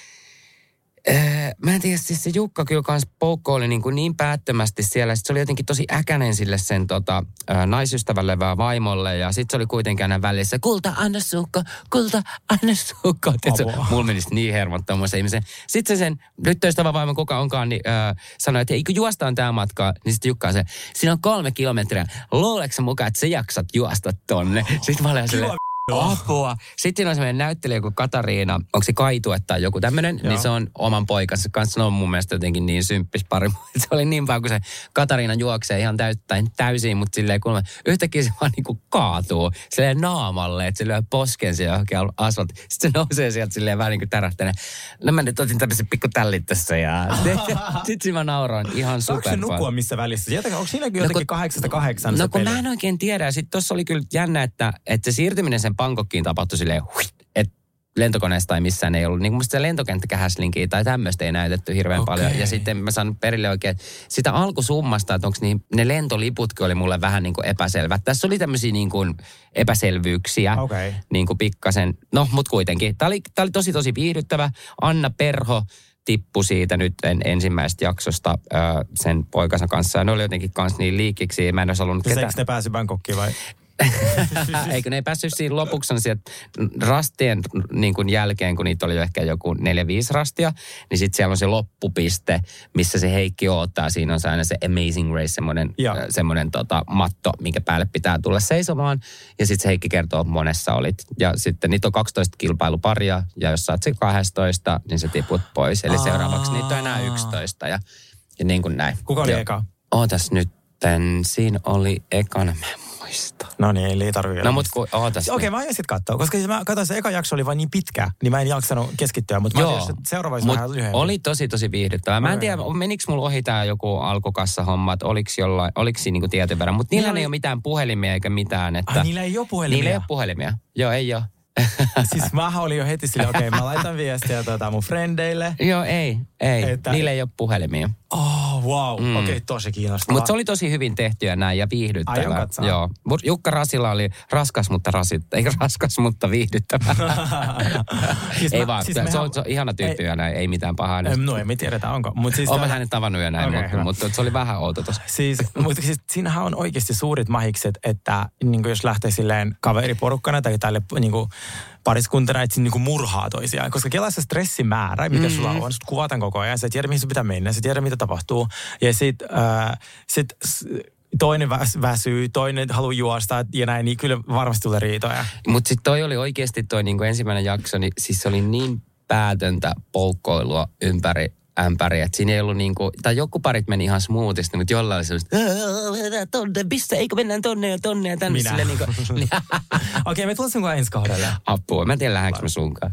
Öö, mä en tiedä, siis se Jukka kyllä kans poukkoili niin, kuin niin päättömästi siellä. Sitten se oli jotenkin tosi äkäinen sille sen tota, ö, naisystävälle vaan vaimolle. Ja sitten se oli kuitenkin aina välissä, kulta, anna suukko, kulta, anna suukko. Mulla menisi niin hermottomassa ihmisen. Sitten se sen tyttöystävä vaimo, kuka onkaan, niin ö, sanoi, että eikö juostaan tämä matka. Niin sitten Jukka on se, siinä on kolme kilometriä. Luuleeko mukaan, että sä jaksat juosta tonne? Sitten mä olin silleen, apua. Sitten siinä on semmoinen näyttelijä kuin Katariina, onko se Kaitue tai joku tämmöinen, niin se on oman poikansa kanssa. Se on mun mielestä jotenkin niin symppis pari. Se oli niin paljon, kun se Katariina juoksee ihan täyttäin, täysin, mutta silleen kun yhtäkkiä se vaan niinku kaatuu silleen naamalle, että se lyö posken siellä johonkin asfaltti. Sitten se nousee sieltä silleen vähän niin kuin tärähtäneen. No mä nyt otin tämmöisen pikku tällit tässä ja sitten mä nauroin ihan super. Saanko se nukkua missä välissä? Jotenkin, onko siinäkin jotenkin no, kahdeksasta kahdeksan? No kun peli? Mä en oikein tiedä. Sitten tuossa oli kyllä jännä, että, että se siirtyminen sen Bangkokkiin tapahtui silleen, että lentokoneessa tai missään ei ollut. Niin kuin musta se lentokenttäkähäslinkiä tai tämmöistä ei näytetty hirveän okay. paljon. Ja sitten mä sain perille oikein sitä alkusummasta, että onko niin, ne lentoliputkin oli mulle vähän niin kuin epäselvät. Tässä oli tämmöisiä niin kuin epäselvyyksiä. Okay. Niin kuin pikkasen. No, mut kuitenkin. Tämä oli, tämä oli tosi tosi viihdyttävä. Anna Perho tippui siitä nyt ensimmäisestä jaksosta ö, sen poikansa kanssa. Ja ne oli jotenkin kanssa niin liikiksi. Mä en olisi halunnut ketään. Eikö ne pääsi Bangkokkiin vai? Eikö ne ei päässyt siinä lopuksi sieltä rastien niin kuin jälkeen, kun niitä oli jo ehkä joku neljä, viisi rastia, niin sitten siellä on se loppupiste, missä se Heikki odottaa. Siinä on se aina se Amazing Race, semmoinen, semmoinen tota, matto, minkä päälle pitää tulla seisomaan. Ja sitten se Heikki kertoo, monessa olit. Ja sitten niitä on kaksitoista kilpailuparia, ja jos sä oot se kaksitoista, niin sä tiput pois. Eli Aa. seuraavaksi niitä on enää yksitoista, ja, ja niin kuin näin. Kuka oli ja, eka? Ootas nyt, siinä oli ekana, mä muista. No niin, ei tarvitse. No mut kun, ootas. Okei, okay, mä aion sit katsoa, koska mä katsoin, se eka jakso oli vain niin pitkä, niin mä en jaksanut keskittyä, mutta mä tiedän, että seuraavaksi vähän lyhyemmin. Oli tosi tosi viihdyttävää. Mä en tiedä, menikö mulla ohi tää joku alkukassahomma, että oliko jollain, oliko siinä niinku tietyn verran, mutta niillä oli... ei ole mitään puhelimia eikä mitään. Että... Ai, niillä ei ole puhelimia? Niillä ei ole puhelimia. Joo, ei ole. Siis mä olin jo heti silleen, okei, okay, mä laitan viestiä tuota mun frendeille. Joo, ei, ei. Että... Niillä ei ole puhelimia. Oh, wow. Mm. Okei, okay, tosi kiinnostavaa. Mutta se oli tosi hyvin tehtyä näin ja viihdyttävää. Aion katsoa. Joo. Jukka Rasila oli raskas, mutta rasit. Eikä raskas, mutta viihdyttävää. siis ei mä, vaan, siis se, on, se on ihana tyyppi ja näin, ei mitään pahaa. No ei me tiedetä, onko. Mut siis olen hänet tavannut ja näin, okay, mutta, mutta se oli vähän outo tossa. Siis, mutta siis siinähän on oikeasti suurit mahikset, että niin jos lähtee silleen kaveriporukkana tai tälle niin kuin pariskuntana, että siinä niinku murhaa toisiaan. Koska kelaa se stressimäärä, mikä mm-hmm. sulla on, sut kuvataan koko ajan. Sä et tiedä, mihin sun pitää mennä, sä et tiedä, mitä tapahtuu. Ja sit, äh, sit toinen väsyy, toinen haluaa juosta ja näin, niin kyllä varmasti tulee riitoja. Mutta sitten toi oli oikeasti toi niinku ensimmäinen jakso, niin siis se oli niin päätöntä poukkoilua ympäri ämpäri, että siinä ei ollut niinku, tai joku parit meni ihan smoothisti, mutta jollain oli sellaista, tonne, missä, eikö mennään tonne ja tonne ja tänne. Minä. Niinku, Okei, okay, me tullaan sunkaan ensi kaudelle. Apua, mä en tiedä, lähdäänkö mä sunkaan.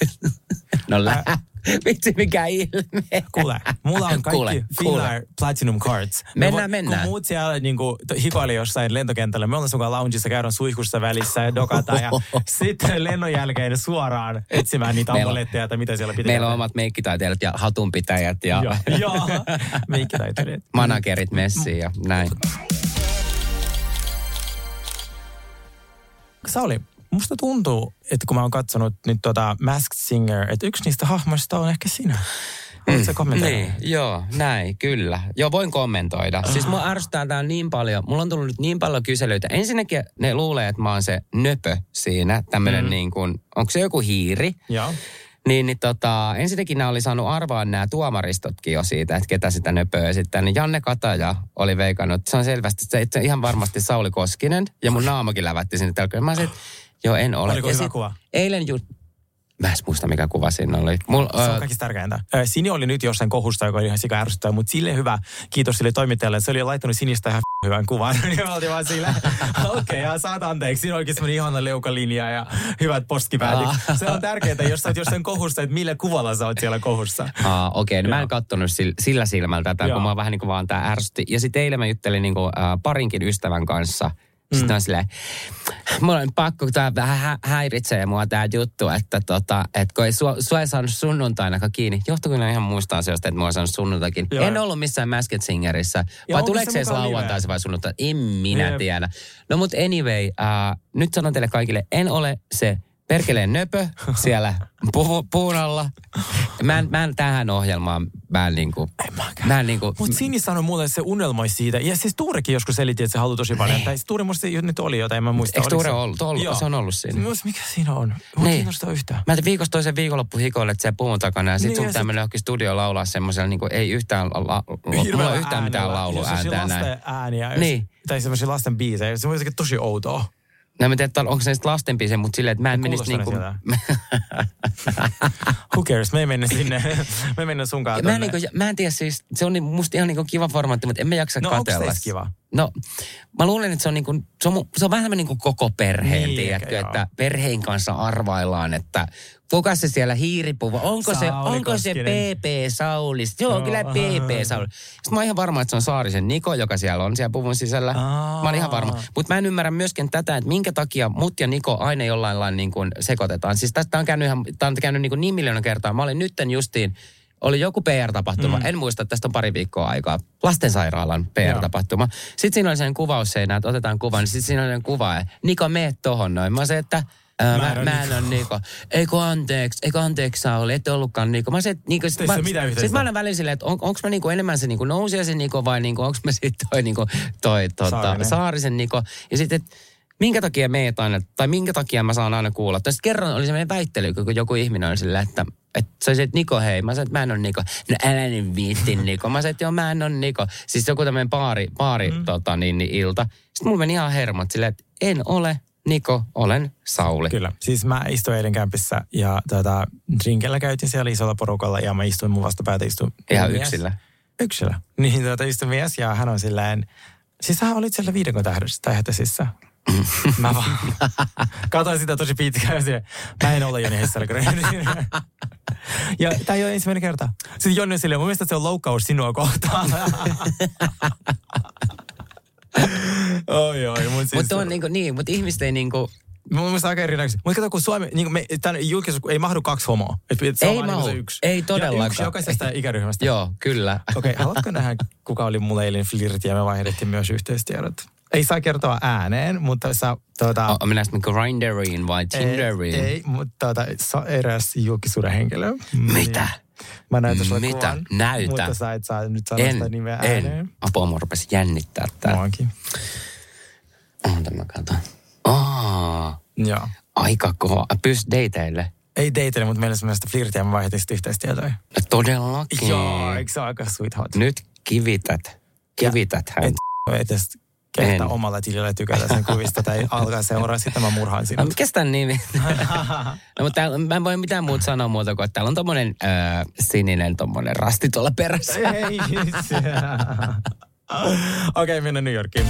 No lähdä. Vitsi, mikä ilme. Kuule, mulla on kaikki kuule, Finnair kuule. Platinum Cards. Mennään, vo, mennään. Kun muut siellä niinku, hikoili jossain lentokentällä, me ollaan sunkaan loungeissa, käydään suihkussa välissä ja dokataan. Ja sitten lennon jälkeen suoraan etsimään niitä amuletteja tai mitä siellä pitää. Meillä on omat meikkitaiteilijat ja hatunpitäjät ja... Joo, meikkitaiteilijat. Managerit messiin ja näin. Sauli, musta tuntuu, että kun mä oon katsonut nyt tota Masked Singer, että yksi niistä hahmoista on ehkä sinä. Voitko mm, kommentoida? Niin, joo, näin, kyllä. Joo, voin kommentoida. Uh. Siis mua ärsyttää tää niin paljon. Mulla on tullut nyt niin paljon kyselyitä. Ensinnäkin ne luulee, että mä oon se nöpö siinä. Tämmönen mm. niin kuin, onko se joku hiiri? Joo. Niin, niin tota, ensinnäkin nämä oli saanut arvaa nämä tuomaristotkin jo siitä, että ketä sitä nöpöä sitten. Niin Janne Kataja oli veikannut, se on selvästi, se, se ihan varmasti Sauli Koskinen. Ja mun naamakin lävätti sinne telkkaan. Mä olisin, että Joo, en ole. Oliko ja hyvä sit, kuva? Eilen ju... Mä en muista, mikä kuva siinä oli. Mul, Se on äh, kaikista tärkeintä. Sini oli nyt jossain kohusta, joka oli ihan sika ärsyttävä, mutta sille hyvä, kiitos sille toimittajalle, että se oli laittanut Sinistä ihan hyvän kuvan. Niin me oltiin vaan sillä, okei, okay, saat anteeksi. Siinä olikin semmoinen ihana leukalinja ja hyvät postkipäätit. Se on tärkeintä, jos sä oot jossain kohusta, että millä kuvalla sä oot siellä kohussa. Ah, okei, okay, no mä en kattonut sillä silmällä tätä, kun mä vähän niin kuin vaan tää ärsytti. Ja sitten eilen mä juttelin niin kuin, äh, parinkin ystävän kanssa. Sitten mm. on silleen, mulla on pakko, tää vähän hä- häiritsee mua tää juttu, että tota, et kun ei sua, sua ei saanut sunnuntainakaan kiinni. Johtuuko ne ihan muista asioista, että mua ei saanut sunnuntakin. Joo. En ollut missään Masked Singerissä. Vai tuleeko se edes lauantaisi vai sunnuntai? En minä Jep. tiedä. No mut anyway, uh, nyt sanon teille kaikille, en ole se perkeleen nöpö siellä pu- puun alla. Mä en, mä en tähän ohjelmaan, mä en niinku... Mä en niinku... Mut Sini sanoi mulle, että se unelmoi siitä. Ja siis Tuurekin joskus selitti, että se haluaa tosi paljon. Tai Tuure musta nyt oli jotain, en mä muista. Eikö Tuure ollut? ollut? Se on ollut siinä. Myös mikä siinä on? Mua niin. kiinnostaa yhtään. Mä tein viikosta toisen viikonloppu hikoilet siellä puun takana. Ja sit niin, sun pitää sit... mennä johonkin studioon laulaa semmoisella, niinku ei yhtään, la, mulla ei yhtään mitään lauluääntä näin. Lasten ääniä. Jos, niin. Tai semmoisia lasten biisejä. Se on jotenkin tosi outoa. No mä tiedän, onko se sitten lastenbiise, mutta silleen, että mä en menisi niinku... Who cares? Me ei mennä sinne. Me mennä sunkaan mä, niinku, mä en tiedä siis, se on musta ihan niinku kiva formaatti, mutta en mä jaksa no, katsella. No onko kiva? No, mä luulen, että se on, niinku, se on, se on vähän niin kuin koko perheen, niin, tiedätkö, että perheen kanssa arvaillaan, että kuka se siellä hiiripuva, onko se, onko se P P Sauli? Joo, no, kyllä P P Sauli. Sitten mä oon ihan varma, että se on Saarisen Niko, joka siellä on siellä puvun sisällä. Aa. Mä oon ihan varma. Mutta mä en ymmärrä myöskin tätä, että minkä takia mut ja Niko aina jollain lailla niin kuin sekoitetaan. Siis tästä on käynyt ihan, tää on käynyt niin, kuin niin miljoona kertaa. Mä olin nytten justiin, oli joku P R-tapahtuma. Mm. En muista, että tästä on pari viikkoa aikaa. Lastensairaalan P R-tapahtuma. Sitten siinä oli sen kuvausseinä, että otetaan kuva. Niin sitten siinä oli sen kuva, että Niko, mene tohon noin. Mä se, että ää, mä, mä, mä en ole Niko. Eikö anteeksi, eikö anteeksi Sauli, ette ollutkaan Niko. Mä se, että Niko... Sit mä, sit mä olen välillä silleen, että on, onko mä niinku enemmän se niinku nousiaisen Niko vai niinku, onko mä sitten toi, niinku, toi tota, Saarinen. Saarisen Niko. Ja sitten, minkä takia meet aina, tai minkä takia mä saan aina kuulla. Tai sitten kerran oli semmoinen väittely, kun joku ihminen oli silleen, että että se oli se, että Niko, hei. Mä sanoin, että mä en ole Niko. No älä nyt viitti Niko. Mä sanoin, että joo, mä en ole Niko. Siis joku tämmöinen baari, baari mm. tota, niin, niin, ilta. Sitten mulla meni ihan hermot silleen, että en ole Niko, olen Sauli. Kyllä. Siis mä istuin eilen kämpissä ja tota, drinkellä käytin siellä isolla porukalla ja mä istuin mun vastapäätä istuin. Ihan mies. Yksillä? Yksilä. Niin tota istui mies ja hän on silleen, siis sä olit siellä viidekon tähdessä. Mä vaan katoin sitä tosi pitkään. Mä en ole Joni Hesselgren. Ja tää ei ole ensimmäinen kerta. Sitten Joni on silleen, mun mielestä se on loukkaus sinua kohtaan. oi oi. Mutta siis, mut niinku, niin, mutta ihmiset ei niinku... Mun mielestä aika erinäköisesti. Mutta kato, kun Suomi, niin me, tämän julkisuus ei mahdu kaksi homoa. Et, et ei mahdu, niin ei todellakaan. Ja yksi jokaisesta ikäryhmästä. Joo, kyllä. Okei, okay, haluatko nähdä, kuka oli mulle eilen flirti ja me vaihdettiin myös yhteistiedot? Ei saa kertoa ääneen, mutta sä... Tuota, oh, minä sitten Grinderiin vai Tinderiin? Ei, ei mutta tuota, eräs julkisuuden henkilö. Mitä? Mä näytän sulle Mitä? kuvan. Näytä. Mutta sä et saa nyt sanoa sitä nimeä ääneen. En. Apua, mua rupesi jännittää tää. Muakin. Ota mä katon. Aa. Joo. Aika kova. Pyst dateille? Ei dateille, mutta meillä on semmoista flirtiä, mä vaihdettiin sitten yhteistietoja. Todellakin. Joo, eikö se ole aika sweetheart? Nyt kivität. Kivität hän. Et, et edes kehtaa omalla tilillä tykätä sen kuvista tai alkaa seuraa, sitten mä murhaan sinut. No, mikäs tämän nimi? No, mutta täällä, mä en voi mitään muuta sanoa muuta kuin, että täällä on tommonen öö, sininen tommonen rasti tuolla perässä. Ei, okei, okay, mennään New Yorkiin.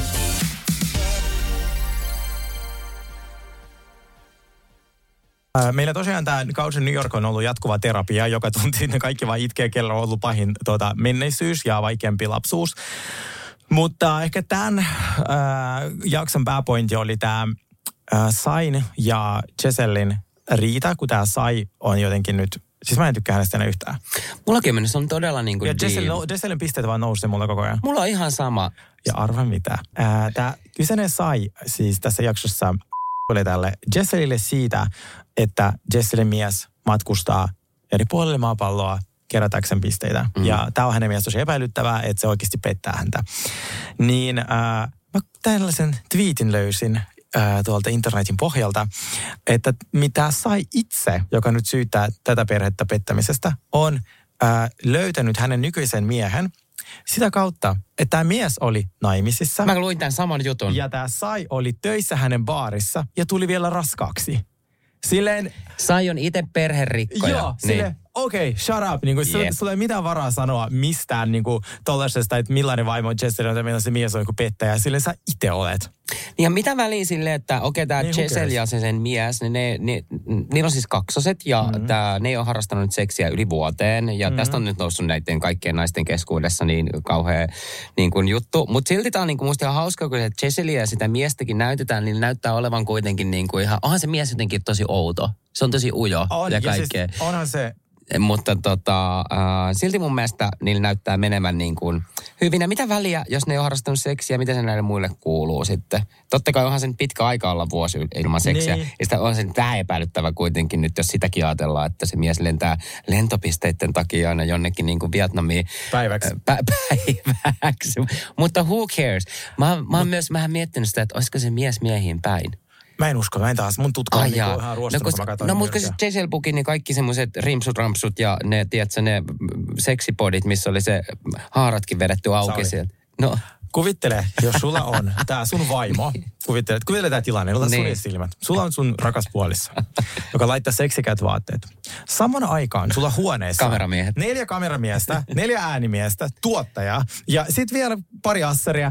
Meillä tosiaan tämä kausi New York on ollut jatkuva terapia, joka tunti ne kaikki vaan itkee, kello on ollut pahin tuota, menneisyys ja vaikeampi lapsuus. Mutta ehkä tämän äh, jakson pääpointti oli tämä äh, Sain ja Gisellin riita, kun tämä Sai on jotenkin nyt, siis mä en tykkää hänestä enää yhtään. Mullakin mennä, se on todella niin kuin ja Gisellin pisteet vaan nousee mulla koko ajan. Mulla on ihan sama. Ja arva mitä. Äh, tämä kyseinen Sai siis tässä jaksossa oli tälle Gisellille siitä, että Gisellin mies matkustaa eri puolille maapalloa kerätäkseen pisteitä. Mm. Ja tämä on hänen mielestä tosi epäilyttävää, että se oikeasti pettää häntä. Niin äh, mä tällaisen tweetin löysin äh, tuolta internetin pohjalta, että mitä Sai itse, joka nyt syyttää tätä perhettä pettämisestä, on äh, löytänyt hänen nykyisen miehen Sitä kautta, että tämä mies oli naimisissa. Mä luin tämän saman jutun. Ja tämä Sai oli töissä hänen baarissa ja tuli vielä raskaaksi. Silleen... Sai on itse perherikkoja. Joo, silleen, niin. okei, okay, shut up. Niin kuin, yep. Sulla ei mitään varaa sanoa mistään niin kuin, tollasesta, että millainen vaimo on Jessel, tai millainen se mies on joku pettäjä. Silleen sä itse olet. Ja mitä väliä silleen, että okei, okay, tämä niin, Jessel ja se sen mies, niin ne, ne, niillä on siis kaksoset ja mm-hmm. tää, ne ei ole harrastanut seksiä yli vuoteen. Ja mm-hmm. tästä on nyt noussut näiden kaikkien naisten keskuudessa niin kauhea niin kuin juttu. Mutta silti tämä on niin kuin musta ihan hauska, kun Jesselia ja sitä miestäkin näytetään, niin näyttää olevan kuitenkin niin kuin ihan, onhan se mies jotenkin tosi outo. Se on tosi ujo on, ja ja kaikkea. Siis onhan se... Mutta tota, äh, silti mun mielestä niillä näyttää menevän niin kuin hyvin. Ja mitä väliä, jos ne ei ole harrastanut seksiä, mitä se näille muille kuuluu sitten? Totta kai onhan sen pitkä aika olla vuosi ilman seksiä. Niin. Ja sitä on sen vähän epäilyttävä kuitenkin nyt, jos sitäkin ajatellaan, että se mies lentää lentopisteiden takia aina jonnekin niin kuin Vietnamiin. Päiväksi. Pä- päiväksi. Mutta who cares? Mä, mä oon Mut... myös vähän miettinyt sitä, että olisiko se mies miehiin päin. Mä en usko, mä en taas. Mun tutka on Ai niinku ihan ruostunut, no, kun mä katsoin. No mutta se Giselle Bookin, niin kaikki semmoiset rimsut-rampsut ja ne, tiedätkö, ne seksipodit, missä oli se haaratkin vedetty auki sieltä. No. Kuvittele, jos sulla on tää sun vaimo. Kuvittele, kuvittele tää tilanne, ota niin. Sun silmät. Sulla on sun rakas puolissa, joka laittaa seksikäät vaatteet. Samana aikaan sulla huoneessa kameramiehet. Neljä kameramiestä, neljä äänimiestä, tuottaja ja sit vielä pari asseria.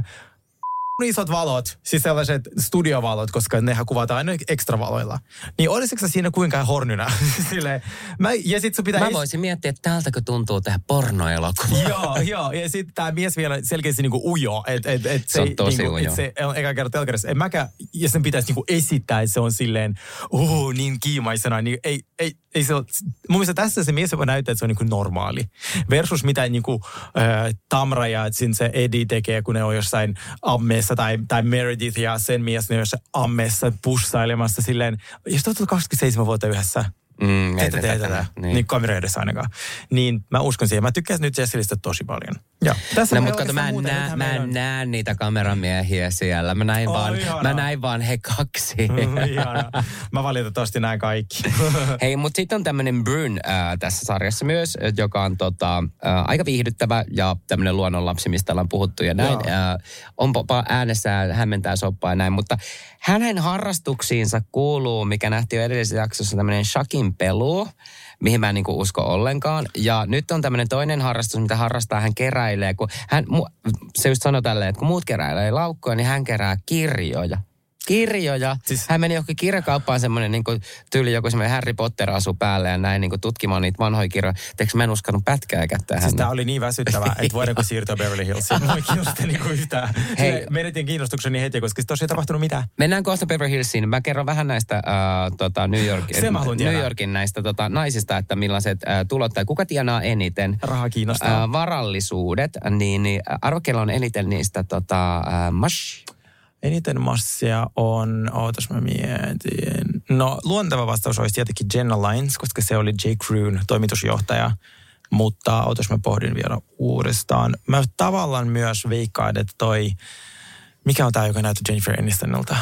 Isot valot, siis sellaiset studiovalot, koska nehän kuvataan aina ekstravaloilla. Niin olisiko sä siinä kuinka hornyna? Silleen, mä, ja sit sun pitää... Mä voisin miettiä, että täältäkö tuntuu tehdä pornoelokuva. joo, joo. Ja sit tää mies vielä selkeästi niinku ujo. Et, et, et se, se on tosi niinku, ujo. Et se on eka kerta telkarissa. En mäkään, ja sen pitäisi niinku esittää, että se on silleen, uh, niin kiimaisena. Niin ei, ei, ei se ole... Mun mielestä tässä se mies voi näyttää, että se on niinku normaali. Versus mitä niinku äh, Tamra ja se Eddie tekee, kun ne on jossain ammeessa tai, tai Meredith ja sen mies, ne on jossain ammessa pussailemassa silleen, jos te olette kaksikymmentäseitsemän vuotta yhdessä, mm, te ette tätä, niin, niin kamera edessä ainakaan. Niin mä uskon siihen. Mä tykkäsin nyt Jesselistä tosi paljon. Ja, tässä no mutta kato, mä en, näe, mä en näe niitä kameramiehiä siellä. Mä näin, oh, vaan, mä näin vaan he kaksi. Mm, ihana. Mä valitettavasti näin kaikki. Hei, mutta sitten on tämmöinen Bryn äh, tässä sarjassa myös, joka on tota, äh, aika viihdyttävä ja tämmöinen luonnonlapsi, mistä ollaan puhuttu ja näin. Äh, on äänessään, hämmentää soppaa ja näin, mutta hänen harrastuksiinsa kuuluu, mikä nähtiin jo edellisessä jaksossa, tämmöinen shakin pelu, mihin mä en niinku usko ollenkaan. Ja nyt on tämmöinen toinen harrastus, mitä harrastaa, hän keräilee. Kun hän, se just sanoi tälleen, että kun muut keräilee laukkoja, niin hän kerää kirjoja. Kirjoja. Siis, hän meni johonkin kirjakauppaan semmoinen niin kuin tyyli joku semmoinen Harry Potter asu päälle ja näin niin kuin tutkimaan niitä vanhoja kirjoja. Teekö mä en uskanut pätkää kättää siis tää oli niin väsyttävää, että voidaanko siirtyä Beverly Hillsiin. Mä en kiinnosta niin kuin yhtään. Hei, menetin kiinnostukseni heti, koska tuossa ei tapahtunut mitään. Mennään kohta Beverly Hillsiin. Mä kerron vähän näistä uh, tota, New, York, New Yorkin näistä tota, naisista, että millaiset uh, tulot tai kuka tienaa eniten. Rahaa kiinnostaa. Uh, varallisuudet, niin, niin arvokkeilla on eniten niistä tota, uh, mash. Eniten massia on, ootas mä mietin. No luonteva vastaus olisi tietenkin Jenna Lyons, koska se oli J. Crewn toimitusjohtaja. Mutta ootas mä pohdin vielä uudestaan. Mä tavallaan myös veikkaan, että toi, mikä on tää, joka näyttää Jennifer Anistonilta?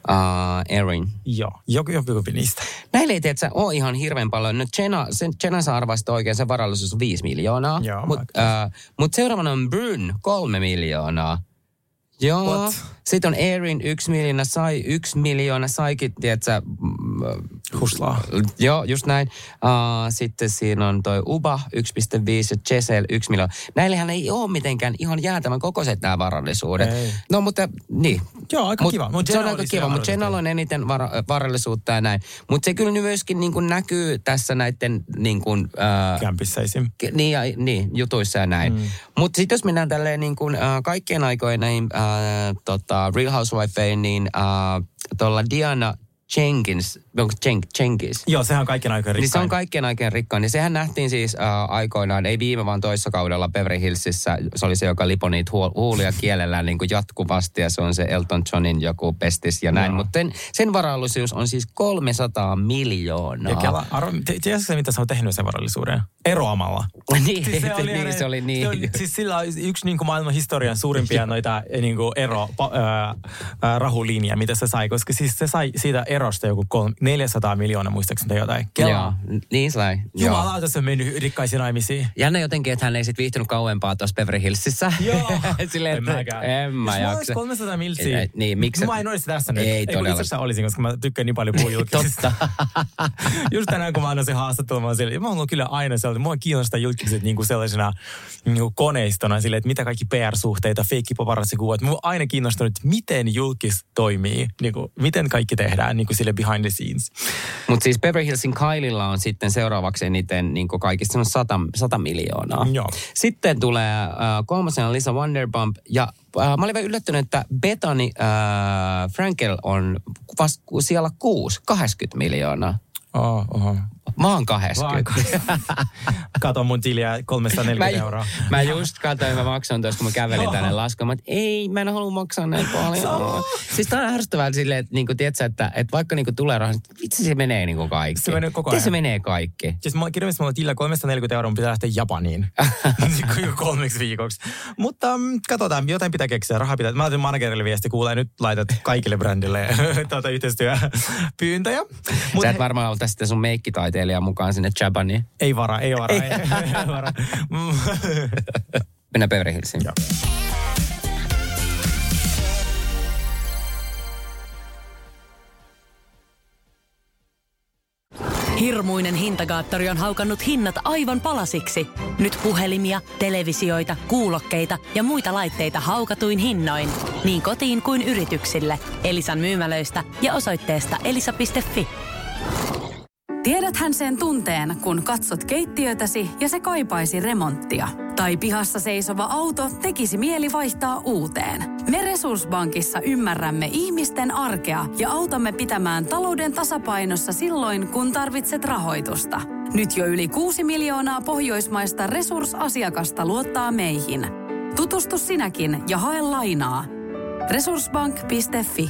Uh, Erin. Joo, joku joku niistä. Näillä ei tiedä, ole ihan hirveän paljon. No Jenna, sen, Jenna saa arvasta oikein, sen varallisuus on viisi miljoonaa. Mutta uh, mut seuraavana on Bryn, kolme miljoonaa. Joo. What? Sitten on Erin yksi miljoona, sai yksi miljoona, saikin, tiedätkö... Huslaa. Joo, just näin. Uh, sitten siinä on toi Uba yksi pilkku viisi ja Giselle yksi miljoona. Näillähän ei ole mitenkään ihan jäätävän kokoiset nämä varallisuudet. Ei. No mutta, niin. Joo, aika Mut, kiva. Mut se on aika kiva, mutta Jennalla on eniten var- varallisuutta ja näin. Mutta se kyllä myöskin niin kuin näkyy tässä näiden niin kuin... Uh, Kämpissä esim. Niin, ja, niin, jutuissa ja näin. Mm. Mutta sitten jos mennään tälleen niin kuin uh, kaikkien aikojen näin... Uh, tota, Real Housewifeen, niin uh, tuolla Diana Jenkins, onko Jen, Jenkins? Joo, sehän on kaikkien aikojen rikkain. Niin se on kaikkien aikojen rikkain. Niin sehän nähtiin siis uh, aikoinaan, ei viime vaan toissa kaudella Beverly Hillsissä. Se oli se, joka lipoi niitä huulia kielellään niin kuin jatkuvasti ja se on se Elton Johnin joku pestis ja näin. Mutta sen, sen varallisuus on siis kolmesataa miljoonaa. Ja Kela, arvo, tiedätkö mitä se on tehnyt sen varallisuuden? Eroamalla. niin, siis se oli, niin, se oli niin. Se oli, siis sillä on yksi niin kuin maailman historian suurimpia noita niin kuin ero, äh, äh, rahulinja, mitä se sai. Koska siis se sai siitä ero erosta joku kolme, neljäsataa miljoonaa, muistaakseni tai jotain. Kelaa. Joo, niin sellainen. Jumalauta, se on mennyt rikkaisiin naimisiin. Jännä jotenkin, että hän ei sit viihtynyt kauempaa tuossa Beverly Hillsissä. Joo. Silleen, en mäkään. En mä jaksa. Jos olisi kolmesataa miltsiä. Ei, niin, miksi? Mä en olisi tässä nyt. Ei, ei todella. Itse asiassa olisin, koska mä tykkään niin paljon puhua julkisista. Totta. Just tänään, kun mä annan sen haastattelun, mä oon siellä. Mä oon kyllä aina sellainen. Mua kiinnostaa julkiset niin kuin sellaisena niin kuin koneistona silleen, että mitä kaikki P R-suhteita, feikkipaparazzi-kuvat. Mua on aina kiinnostunut, miten julkis toimii. Niin kuin, miten kaikki tehdään niin kuin sille behind the scenes. Mutta siis Beverly Hillsin Kylella on sitten seuraavaksi eniten niin kuin kaikista, se on sata, sata miljoonaa. Joo. Sitten tulee äh, kolmosena Lisa Vanderpump ja äh, mä olin vähän yllättynyt, että Bethany äh, Frankel on vasta siellä kuusi, kahdeksankymmentä miljoonaa. Oh, oho. Mä oon kahdeksankymmentä. Kato mun tiliä kolmesataaneljäkymmentä mä, euroa. Mä just katsoin, mä maksan tuosta, kun mä kävelin tänne laskemaan, että ei, mä en halua maksaa näin paljon. Siis tää on ärsyttävää silleen, että niinku, tiedätkö, että, että vaikka niinku tulee rahaa, vitsi se menee niinku kaikki. Se menee koko ajan. ajan. Se menee kaikki. Siis mä kirjoitin, että mulla on tilillä kolmesataaneljäkymmentä euroa, mun pitää lähteä Japaniin. kolmeksi viikoksi. Mutta mm, katsotaan, jotain pitää keksiä, rahaa pitää. Mä laitan managerille viesti, kuulee, nyt laitat kaikille brändille tuota yhteistyöpyyntöjä. Mut Sä et he... varmaan ota sitten sun meikkitaiteilija mukaan sinne Jabaniin. Ei vara, ei vara, ei, ei vara. Mennään Beverly Hillsiin. Joo. Hirmuinen hintakaattori on haukannut hinnat aivan palasiksi. Nyt puhelimia, televisioita, kuulokkeita ja muita laitteita haukatuin hinnoin. Niin kotiin kuin yrityksille. Elisan myymälöistä ja osoitteesta elisa piste fi. Tiedäthän sen tunteen, kun katsot keittiötäsi ja se kaipaisi remonttia. Tai pihassa seisova auto tekisi mieli vaihtaa uuteen. Me Resurssbankissa ymmärrämme ihmisten arkea ja autamme pitämään talouden tasapainossa silloin, kun tarvitset rahoitusta. Nyt jo yli kuusi miljoonaa pohjoismaista resursasiakasta luottaa meihin. Tutustu sinäkin ja hae lainaa. resurssbank piste fi.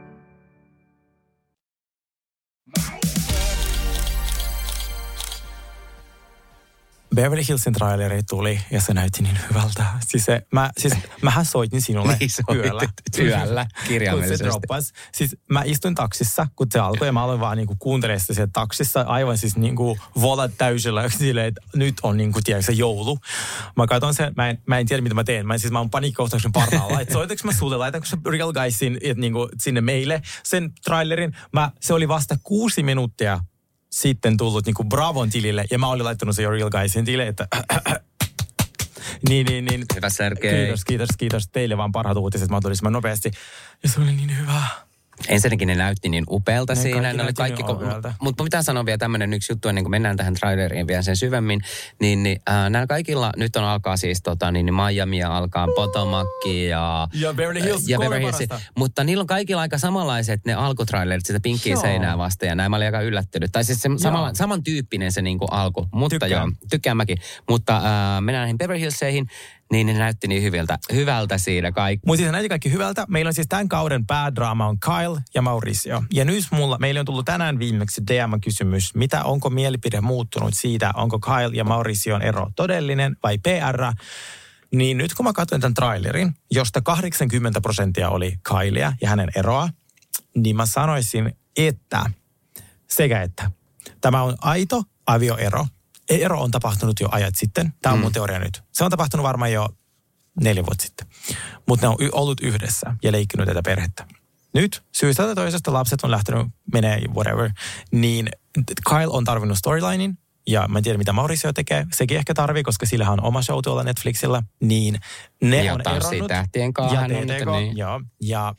Beverly Hillsin traileri tuli ja se näytti niin hyvältä. Siis, se, mä, siis mähän soitin sinulle niin yöllä. Yöllä, kirjaimellisesti. Kun se droppas. Siis mä istuin taksissa, kun se alkoi ja mä aloin vaan niinku kuuntelemaan sitä siellä taksissa. Aivan siis niinku volat täysillä silleen, että nyt on niinku, tiedätkö, joulu. Mä katson sen, mä en, mä en tiedä mitä mä teen. Mä en, siis mä oon paniikkikohtauksen parhaalla. Että soitanko mä sulle, laitanko se Real Guysin et, niinku, sinne meille sen trailerin. Mä, se oli vasta kuusi minuuttia sitten tullut niinku Bravon tilille, ja mä olin laittanut se jo Real Guysin tilille, että niin, niin, niin. Hyvä Sergei. Kiitos, kiitos, kiitos teille vaan parhaat uutiset mahdollisimman nopeasti. Ja se oli niin hyvä. Ensinnäkin ne näytti niin upealta ne siinä. Kaikki ne oli kaikki niin ko- Mutta pitää sanoa vielä tämmöinen yksi juttu, ennen kuin mennään tähän traileriin vielä sen syvemmin. Niin, niin äh, näillä kaikilla, nyt on alkaa siis tota, niin, niin Miamia alkaa Potomac ja... Ja Beverly Hills, ja kolme Beverly Hills. parasta. Mutta niillä on kaikilla aika samanlaiset ne alkutrailerit, sitä pinkkiä Joo. seinää vasta ja näin. Mä olin aika yllättynyt. Tai siis se samalla, samantyyppinen se niin kuin alku. Mutta Tykkään. joo, tykkään mäkin. Mutta äh, mennään näihin Beverly Hillseihin. Niin ne näytti niin hyvältä, hyvältä siinä kaikki. Mutta siis näytti kaikki hyvältä. Meillä on siis tämän kauden päädraama on Kyle ja Mauricio. Ja nyt mulla, meillä on tullut tänään viimeksi D M-kysymys. Mitä, onko mielipide muuttunut siitä, onko Kyle ja Mauricion ero todellinen vai P R? Niin nyt kun mä katsoin tämän trailerin, josta kahdeksankymmentä prosenttia oli Kylea ja hänen eroa, niin mä sanoisin, että sekä että tämä on aito avioero. Ero on tapahtunut jo ajat sitten. Tämä on mm. mun teoria nyt. Se on tapahtunut varmaan jo neljä vuotta sitten. Mutta ne on y- ollut yhdessä ja leikkinyt tätä perhettä. Nyt syystä tai toisesta lapset on lähtenyt, menee whatever, niin Kyle on tarvinnut storylinein. Ja mä en tiedä, mitä Mauricio tekee. Sekin ehkä tarvii, koska sillä on oma show tuolla Netflixillä. Niin ne ja on eronnut. tähtien kanssa. Ja T T K, niin. joo. Ja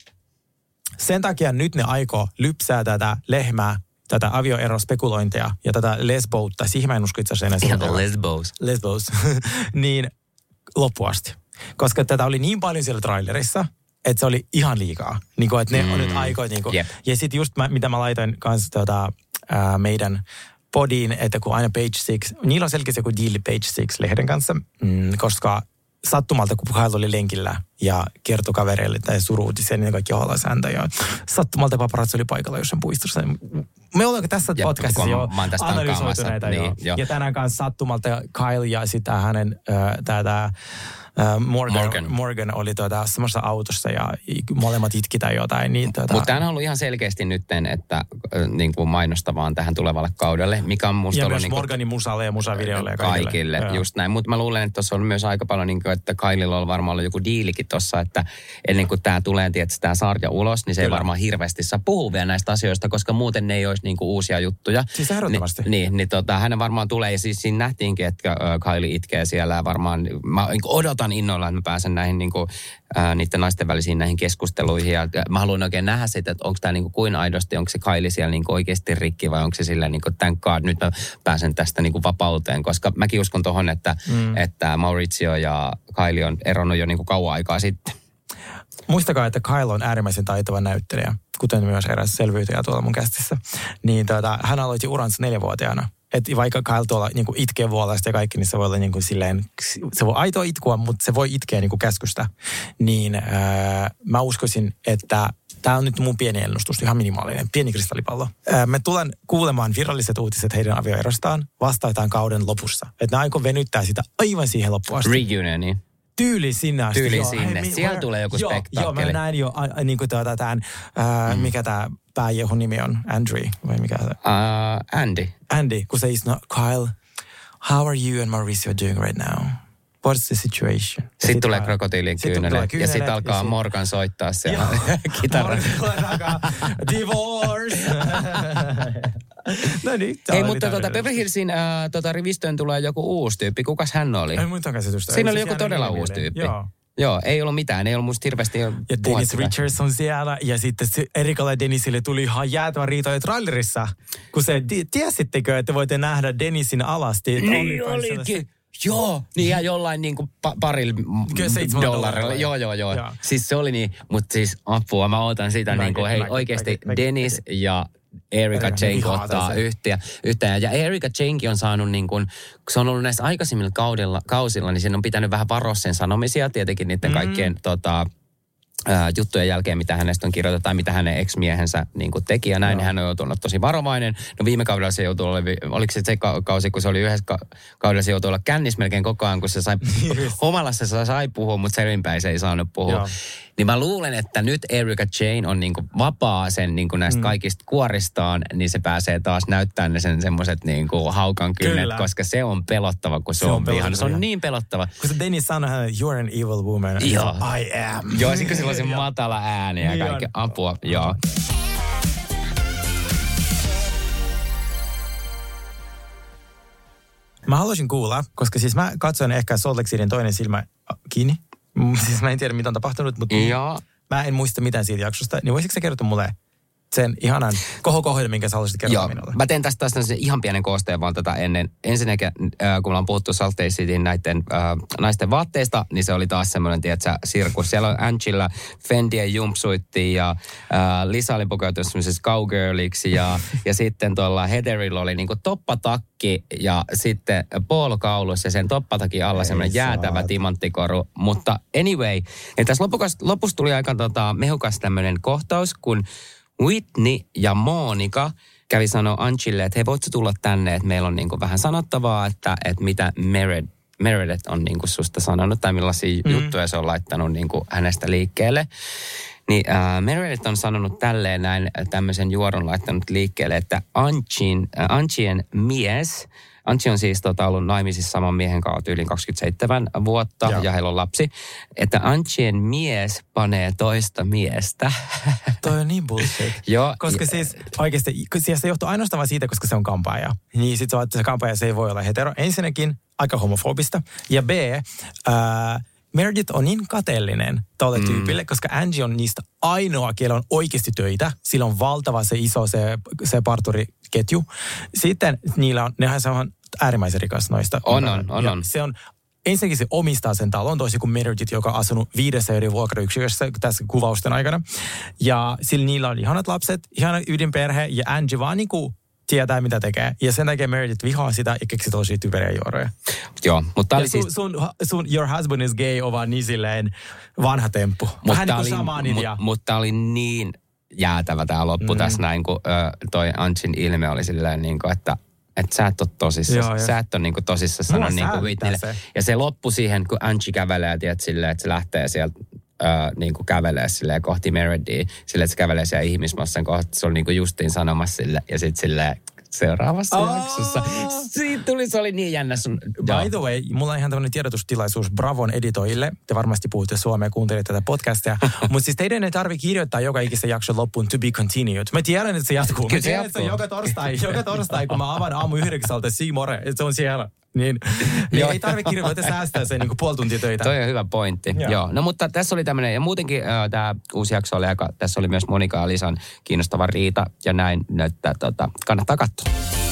sen takia nyt ne aikoo lypsää tätä lehmää, tätä avioerospekulointia ja tätä lesboutta, siihen mä en usko itse asiassa enää. Ihan lesbos. Lesbos. niin loppuasti. Koska tätä oli niin paljon siellä trailerissa, että se oli ihan liikaa. Niin kuin, että ne mm. on nyt aikoit. Niin kuin. Yep. Ja sitten just mä, mitä mä laitoin kanssa tota, ää, meidän podiin, että kun aina Page Six, niillä on selkeästi joku diili Page Six-lehden kanssa, mm, koska sattumalta, kun Kyle oli lenkillä ja kertoi kavereille tai suruutisia, niin kaikki hohlaisi häntä. Ja sattumalta paparazzi oli paikalla jossain puistossa. Me ollaan tässä ja podcastissa jo analysoitu näitä. Niin, jo. Ja tänään kanssa sattumalta Kyle ja sitä hänen äh, tätä Morgan, Morgan. Morgan oli tuota, samassa autossa ja molemmat itki tai jotain. Niin, tuota... Mutta tämähän on ollut ihan selkeästi nytten, että äh, niin kuin mainostavaan tähän tulevalle kaudelle, mikä on musta ja ollut... myös niin kuin, Morganin musalle ja musavideolle ja kaikille. Kaikille, Joo. just näin. Mutta mä luulen, että tuossa on myös aika paljon, niin kuin, että Kylella on varmaan ollut joku diilikin tuossa, että ennen kuin tämä tulee, tietysti tämä sarja ulos, niin se Kyllä. ei varmaan hirveästi saa puhua vielä näistä asioista, koska muuten ne ei olisi niin kuin uusia juttuja. Siis ehdottomasti. Ni, niin, niin tota, hänen varmaan tulee, ja siis siinä nähtiinkin, että äh, Kylie itkee siellä ja varmaan, mä niin kuin odotan innolla, että mä pääsen näihin niin kuin, äh, niiden naisten välisiin näihin keskusteluihin, ja mä haluan oikein nähdä sitä, että onko tämä niin kuin kuin aidosti, onko se Kylie siellä niin kuin oikeasti rikki, vai onko se sillä niin kuin thank God, nyt mä pääsen tästä niin kuin vapauteen, koska mäkin uskon tohon, että, mm. että Maurizio ja Kylie on eronnut jo niin kuin kauan aikaa sitten. Muistakaa, että Kyle on äärimmäisen taitava näyttelijä, kuten myös eräs selviytyjä tuolla mun kästissä. Niin tuota, hän aloitti uransa neljävuotiaana. Että vaikka Kyle tuolla niin kuin itkee vuolaista ja kaikki, niin se voi olla niin kuin silleen, se voi aitoa itkua, mutta se voi itkeä niin kuin käskystä. Niin ää, mä uskoisin, että tämä on nyt mun pieni ennustus, ihan minimaalinen, pieni kristallipallo. Ää, me tulen kuulemaan viralliset uutiset heidän avioerostaan vastaataan kauden lopussa. Että ne aikoo venyttää sitä aivan siihen loppuun asti. Reunioni. Tyyli sinne asti. Tyyli joo, sinne. Hei, Siellä tulee joku joo, spektaakkeli. Joo, mä näin jo, a, niin kuin tuota, tämän, ää, mm. mikä tämä pääjehun nimi on, Andrew, vai mikä se? Uh, Andy. Andy, kun se isno, Kyle, how are you and Mauricio doing right now? What's the situation? Sitten sit tulee krokotiilin kyynele. Ja sitten alkaa sit... Morgan soittaa siellä kitaran. Divorce! No niin. Ei, mutta tuota, Beverly Hillsin äh, tota, rivistöön tulee joku uusi tyyppi. Kukas hän oli? Ei muita käsitystä. Siinä oli joku todella uusi tyyppi. Joo. Joo, ei ollut mitään. Ei ollut musta hirveästi ja Dennis Richards on siellä. Ja sitten Erikalle ja Dennisille tuli ihan jäätävä riita jo trailerissa. Kun se, tiesittekö, että voitte nähdä Dennisin alasti? Niin olikin. Joo, niin ja jollain niin kuin pa- parilla dollarilla. Joo, joo, joo. Ja. Siis se oli niin, mutta siis apua, mä otan sitä mäkin, niin kuin, hei mäkin, oikeasti mäkin, mäkin, Dennis mäkin. ja Erika Jane ottaa yhteen. yhteen. Ja Erika Janekin on saanut niin kuin, kun se on ollut näissä aikaisemmilla kaudella, kausilla, niin sen on pitänyt vähän varoa sen sanomisia, tietenkin niiden mm. kaikkien tota, ää, juttujen jälkeen, mitä hänestä on kirjoitettu, tai mitä hänen ex-miehensä niin kuin teki, ja näin, no. niin hän on joutunut tosi varovainen. No viime kaudella se joutui olla, oliko se se kausi, kun se oli yhdessä ka- kaudella, se joutui olla kännissä melkein koko ajan, kun se sai, humalassa se sai puhua, mutta selvinpäin se ei saanut puhua. Joo. Niin mä luulen, että nyt Erika Jane on niinku vapaa sen niinku näistä mm. kaikista kuoristaan, niin se pääsee taas näyttämään ne sen semmoiset niinku haukan kynnet, koska se on pelottava, kun se, se on, on vihana. Se on niin pelottava. Kun se Dennis sanoi, you're an evil woman. Joo. I am. Joo, sitten kun sillä on se matala ääni ja kaikki apua. Joo. Mä haluaisin kuulla, koska siis mä katsoin ehkä Salt Lake Cityn toinen silmä kiinni. Siis mä en tiedä, mitä on tapahtunut, mutta ja. mä en muista mitään siitä jaksosta. Niin voisitko sä kertoa mulle sen ihanan kohokohdin, minkä sä haluaisit kertoa Joo, minulle? Mä teen tästä taas ihan pienen koosteen vaan tätä ennen. Ensinnäkin, äh, kun me on puhuttu Salt Lake Cityn näiden äh, naisten vaatteista, niin se oli taas semmoinen, tiedätkö, sirkus. Siellä on Angela Fendien jumpsuitti ja äh, Lisa oli pukeutunut semmoisessa cowgirliksi ja, ja sitten tuolla Heatherilla oli niinku toppatakki ja sitten poolokaulus ja sen toppatakin alla semmoinen jäätävä timanttikoru. Mutta anyway, ja tässä lopuksi, lopussa tuli aika tota, mehukas tämmöinen kohtaus, kun Whitney ja Monica kävi sanoa Angelle, että hei, voitko tulla tänne, että meillä on niinku vähän sanottavaa, että, että mitä Meredith, Meredith on niinku susta sanonut tai millaisia mm. juttuja se on laittanut niinku hänestä liikkeelle. Niin äh, Meredith on sanonut tälleen näin tämmöisen juoron laittanut liikkeelle, että Angin, äh, Angien mies, Angie on siis tota, ollut naimisissa saman miehen kanssa yli kaksikymmentäseitsemän vuotta Joo. ja heillä on lapsi. Että Angien mies panee toista miestä. Toi on niin bullshit. Joo. Koska ja, siis oikeasti, siis se johtuu ainoastaan siitä, koska se on kampaaja. Niin sit se kampaaja se ei voi olla hetero. Ensinnäkin aika homofobista. Ja B, ää, Meredith on niin kateellinen tolle mm. tyypille, koska Angie on niistä ainoa, kellä on oikeasti töitä. Sillä on valtava se iso se, se parturiketju. Sitten niillä on, nehän se on äärimmäisen rikas noista. On, on, on, on. Se on, ensinnäkin se omistaa sen talon, toisin kuin Meredith, joka on asunut viidessä eri vuokrayksikössä tässä kuvausten aikana. Ja sillä niillä on ihanat lapset, ihana ydinperhe, ja Angie vaan niin kuin tietää, mitä tekee. Ja sen takia Meredith vihaa sitä ja keksi tosi typeriä juoroja. Joo, mutta oli sun, siis... Sun, sun Your Husband is Gay on vaan niin silleen vanha temppu. Vähän niin kuin samaan idea. Mutta mut oli niin jäätävä tämä loppu mm. tässä näin, kun ö, toi Angin ilme oli silleen niin kuin, että että sä et ole tosissaan. Joo, sä et ole niinku tosissaan sanoa niinku Whitneylle. Se. Ja se loppui siihen, kun Angie kävelee, tiedät, silleen, että se lähtee sieltä äh, niinku kävelee silleen kohti Meredia. Silleen, että se kävelee siellä ihmismassan kohti. Se on niinku justiin sanomassa sille ja sitten silleen seuraavassa oh. jaksossa. Siitä tuli, se oli niin jännä sun... By the way, mulla on ihan tämmöinen tiedotustilaisuus Bravon editoille. Te varmasti puhutte suomea ja kuuntelette tätä podcastia. Mutta siis teidän ei tarvitse kirjoittaa joka ikisen jakson loppuun to be continued. Mä tiedän, että se jatkuu. Mä tiedän, että se joka torstai, joka torstai, kun mä avaan aamu yhdeksältä Seamore, että se on siellä. Niin, niin ei tarvitse kirjoittaa, että säästää sen niin kuin puoli tuntia töitä. Toi on hyvä pointti. Joo. Joo. No mutta tässä oli tämmöinen, ja muutenkin äh, tämä uusi jakso oli aika, tässä oli myös Monika ja Lisan kiinnostava riita, ja näin, että tota, kannattaa katsoa.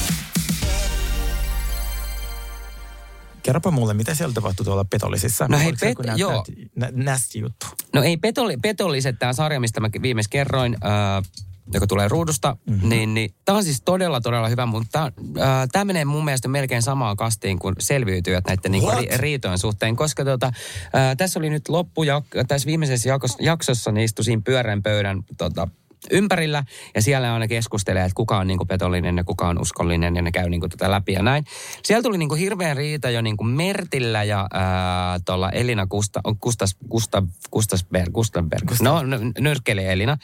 Kerropa mulle, mitä siellä tapahtui tuolla Petollisissa? No hei, pet, joo. Nä, nästi juttu. No ei, petoli, Petolliset, tämä sarja, mistä mä viimeis kerroin, äh, joka tulee ruudusta, mm-hmm. niin, niin tämä on siis todella, todella hyvä, mutta tämä menee mun mielestä melkein samaan kastiin kuin Selviytyjät näiden niinku ri, riitojen suhteen, koska tota, ää, tässä oli nyt loppu, tässä viimeisessä jaksossa, jaksossa niin istui siinä pyörän pöydän tota, ympärillä, ja siellä aina keskustelee, että kuka on niinku petollinen ja kuka on uskollinen, ja ne käy niinku tätä läpi ja näin. Siellä tuli niinku hirveä riita jo niinku Mertillä ja ää, tuolla Elina Kusta, Kustas, Kusta, Kustasberg, Kustanberg, no nyrkkeli Elina.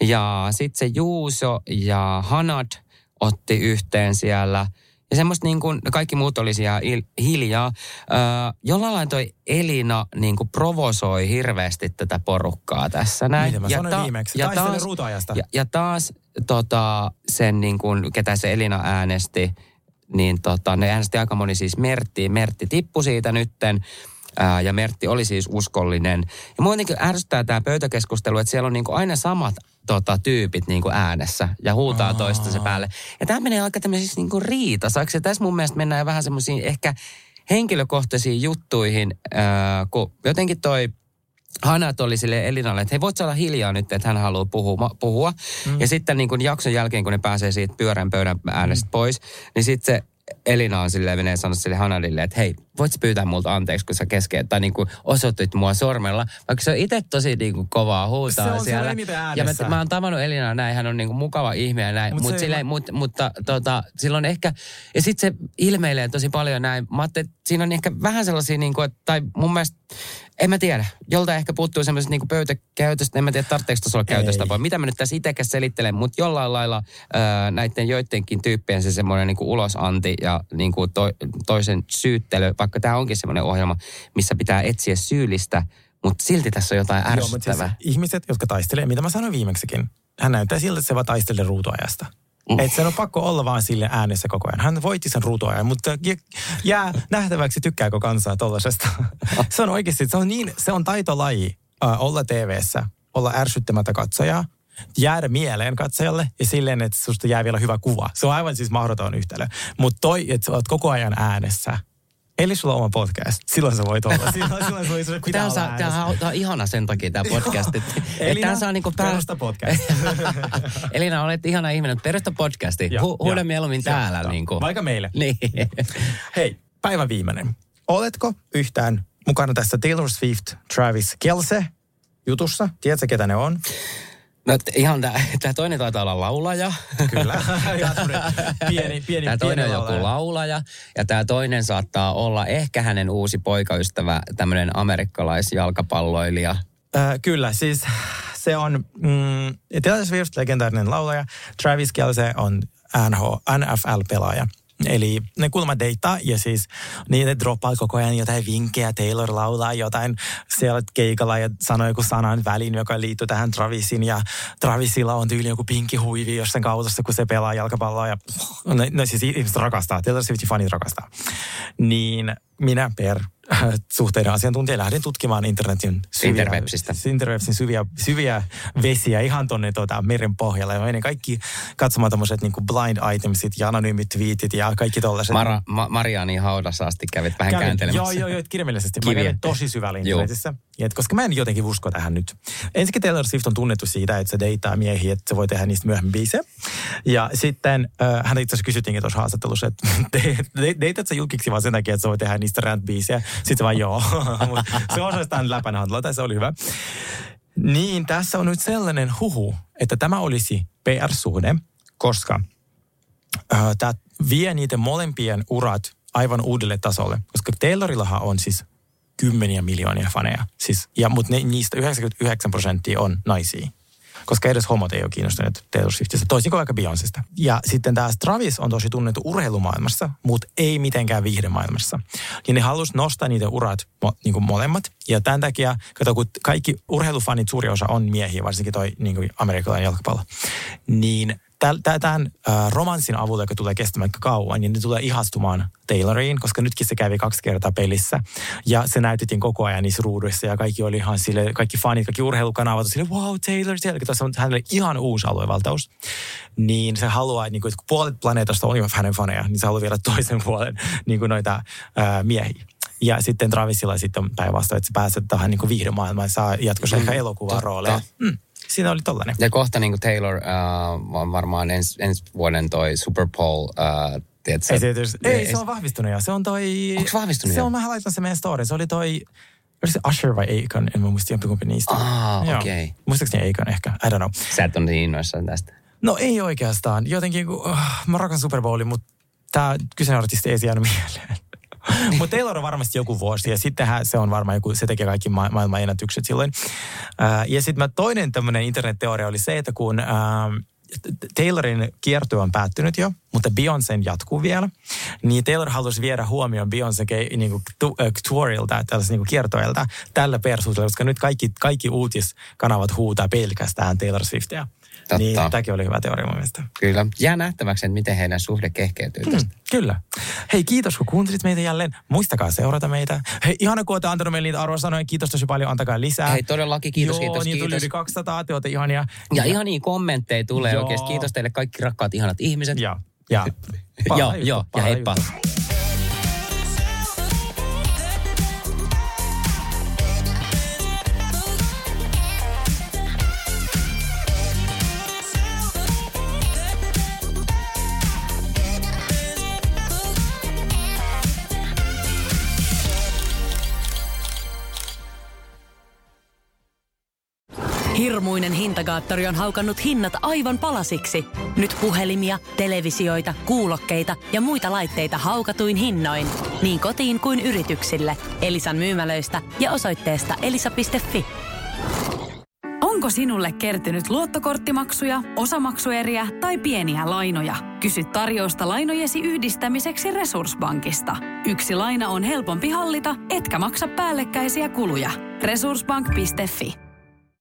Ja sitten se Juuso ja Hanad otti yhteen siellä. Ja semmoista niin kuin, kaikki muut oli siellä hiljaa. Öö, jollain lailla toi Elina niin kuin provosoi hirveästi tätä porukkaa tässä näin. Miten mä sanoin ta- viimeksi? Ja taas, ja, ja taas tota, sen niin kuin, ketä se Elina äänesti, niin tota, ne äänesti aika moni siis Mertti. Mertti tippui siitä nytten. Ää, ja Mertti oli siis uskollinen. Ja mua jotenkin ärsyttää tämä pöytäkeskustelu, että siellä on niinku aina samat tota, tyypit niinku äänessä ja huutaa toistensa päälle. Ja tämä menee aika tämmöisissä niinku riitasaksi. Ja tässä mun mielestä mennään vähän semmoisiin ehkä henkilökohtaisiin juttuihin, ää, kun jotenkin toi Hanat oli silleen Elinalle, että hei, voit sä olla hiljaa nyt, että hän haluaa puhua. puhua. Mm. Ja sitten niin kun jakson jälkeen, kun ne pääsee siitä pyörän pöydän äänestä mm. pois, niin sitten se Elina on silleen, menee sanoa sille Hanadille, että hei, voit sä pyytää multa anteeksi, kun sä keskeen, tai niin kuin osoitit mua sormella, vaikka se on itse tosi niin kuin kovaa huutaa se on siellä. Ja mä, mä oon tavannut Elinaa näin, hän on niin kuin mukava ihminen ja näin, Mut mut silleen, va- mut, mutta tota, silloin ehkä, ja sitten se ilmeilee tosi paljon näin. Mä ajattelin, että siinä on ehkä vähän sellaisia, niin kuin, että, tai mun mielestä, en mä tiedä, jolta ehkä puuttuu semmoiset niin kuin pöytäkäytöstä, en mä tiedä, tarvitseeko tuossa olla käytöstä, mitä mä nyt tässä itsekäs selittelen, mutta jollain lailla ää, näiden joidenkin tyyppien se semmoinen niin kuin ulosanti ja niin kuin to, toisen syyttely, vaikka tämä onkin semmoinen ohjelma, missä pitää etsiä syyllistä, mutta silti tässä on jotain ärsyttävää. Joo, siis ihmiset, jotka taistelee, mitä mä sanoin viimeksikin, hän näyttää siltä, että se vaan taistelee ruutuajasta. Mm. Että sen on pakko olla vaan sille äänessä koko ajan. Hän voitti sen ruutuajan, mutta jää nähtäväksi, tykkääkö kansaa tollasesta. Se on oikeasti, se on niin, se on taitolaji äh, olla T V:ssä, olla ärsyttämättä katsojaa, jäädä mieleen katsojalle ja silleen, että susta jää vielä hyvä kuva. Se on aivan siis mahdoton yhtälö. Mutta toi, että sä oot koko ajan äänessä. Eli sulla on oma podcast. Silloin sä voit olla. Silloin, silloin sulla, sulla pitää olla saa, tämä on, on ihana sen takia tämä podcast. Elina, saa niinku pää... perusta podcast. Elina, olet ihana ihminen. Perusta podcasti. Hu- Huuda mieluummin täällä. Ja, niinku. Vaikka meille. Niin. Hei, päivän viimeinen. Oletko yhtään mukana tässä Taylor Swift, Travis Kelce jutussa? Tiedätkö, ketä ne on? No ihan tämä toinen taitaa olla laulaja. Kyllä. pieni, pieni, tämä toinen pieni on joku laulaja. Ja tämä toinen saattaa olla ehkä hänen uusi poikaystävä, tämmöinen amerikkalaisjalkapalloilija. Äh, kyllä, siis se on mm, Taylor Swift, legendaarinen laulaja. Travis Kelce on N F L-pelaaja. Eli ne kuulemma deittaa ja siis niin ne droppaa koko ajan jotain vinkkejä. Taylor laulaa jotain siellä keikalla ja sanoo joku sanan väliin, joka liittyy tähän Travisin. Ja Travisilla on tyyli joku pinkki huivi jossain kautassa, kun se pelaa jalkapalloa. Ja no, no siis ihmiset rakastaa, Taylor Swiftin fanit rakastaa. Niin minä per suhteiden asiantuntija lähdin tutkimaan internetin syviä, Interwebsistä. Interwebsin syviä, syviä vesiä ihan tonne tuota, meren pohjalla. Ja menin kaikki katsomaan tommoset niin kuin blind itemsit ja anonyymit tweetit ja kaikki tollaiset. Mara, ma, Mariani haudassa asti kävit vähän kävin, kääntelemässä. Joo, joo, joo, kirjaimellisesti. Mä kävin tosi syvällä internetissä. Et koska mä en jotenkin usko tähän nyt. Ensinnäkin Taylor Swift on tunnettu siitä, että se deittaa miehiä, että se voi tehdä niistä myöhemmin biisejä. Ja sitten äh, hän itse asiassa kysyttiinkin tuossa haastattelussa, että deitat sä julkiksi vaan sen takia, että se voi tehdä niistä rant-biisejä. Sitten vaan joo. Se osoistaan läpänhandla, tai se oli hyvä. Niin, tässä on nyt sellainen huhu, että tämä olisi P R-suhde, koska äh, tämä vie niiden molempien urat aivan uudelle tasolle. Koska Taylorillahan on siis kymmeniä miljoonia faneja. Siis, ja, mutta ne, niistä yhdeksänkymmentäyhdeksän prosenttia on naisia. Koska edes homot ei ole kiinnostuneet Taylor Swiftistä, toisin kuin vaikka Beyoncesta. Ja sitten taas Travis on tosi tunnettu urheilumaailmassa, mutta ei mitenkään viihdemaailmassa. Ja ne halusi nostaa niitä urat mo, niin kuin molemmat. Ja tämän takia, kato, kun kaikki urheilufanit, suuri osa on miehiä, varsinkin toi niin kuin amerikkalainen jalkapallo, niin tämän äh, romanssin avulla, joka tulee kestämään kauan, niin ne tulee ihastumaan Tayloriin, koska nytkin se kävi kaksi kertaa pelissä. Ja se näytettiin koko ajan niissä ruuduissa ja kaikki oli ihan sille, kaikki fanit, kaikki urheilukanavat oli sille, wow, Taylor, Taylor. Tässä on hänelle ihan uusi aluevaltaus. Niin se haluaa, niin kuin, että kun puolet planeetasta on hänen faneja, niin se haluaa vielä toisen puolen niin kuin noita äh, miehiä. Ja sitten Travisilla sitten päinvastoin, että se pääsee tähän niin kuin viihdemaailmaan ja saa jatkossa mm, ehkä elokuvan rooleja. Mm. Siinä oli tollainen. Ja kohta niin kuin Taylor uh, on varmaan ens, ensi vuoden toi Super Bowl, uh, tiedätkö? Ei, se, ei, ei, se on vahvistunut jo. Se on toi... Onko vahvistunut se jo? on, mä laitan se meidän story. Se oli toi... Oli se Usher vai Akon? En mä muista jompikumpi niistä. Ah, okei. Okay. Muistaakseni Akon ehkä? I don't know. Sä et ole niin innoissaan tästä. No ei oikeastaan. Jotenkin, kun, uh, mä rakan Super Bowlin, mutta tää kyseinen artisti ei jäänyt mieleen. Mutta Taylor on varmasti joku vuosi ja sittenhän se on varmaan joku, se tekee kaikki ma- maailman ennätykset silloin. Ää, ja sitten toinen tämmöinen internetteoria oli se, että kun ää, Taylorin kiertue on päättynyt jo, mutta Beyoncén jatkuu vielä, niin Taylor halusi viedä huomioon Beyoncé niinku tourilta, tällaisen niinku kiertoilta tällä persuudella, koska nyt kaikki, kaikki uutiskanavat huutaa pelkästään Taylor Swiftia. Totta. Niin tämäkin oli hyvä teoria mun mielestä. Kyllä. Jää nähtäväksi, että miten heidän suhde kehkeytyy tästä. Mm, kyllä. Hei, kiitos kun kuuntelit meitä jälleen. Muistakaa seurata meitä. Hei, ihana kun olette antanut meille niitä arvosanoja. Kiitos tosi paljon, antakaa lisää. Hei, todellakin kiitos, Joo, kiitos, niin kiitos. tuli yli kaksisataa, te olette ihania. Ja, ja ihania kommentteja tulee joo. Oikeasti. Kiitos teille kaikki rakkaat, ihanat ihmiset. Ja, ja. Joo, joo, ja heippa. Hirmuinen hintakaattori on haukannut hinnat aivan palasiksi. Nyt puhelimia, televisioita, kuulokkeita ja muita laitteita haukatuin hinnoin. Niin kotiin kuin yrityksille. Elisan myymälöistä ja osoitteesta elisa piste fi. Onko sinulle kertynyt luottokorttimaksuja, osamaksueriä tai pieniä lainoja? Kysy tarjousta lainojesi yhdistämiseksi Resurssbankista. Yksi laina on helpompi hallita, etkä maksa päällekkäisiä kuluja. resurssbank piste fi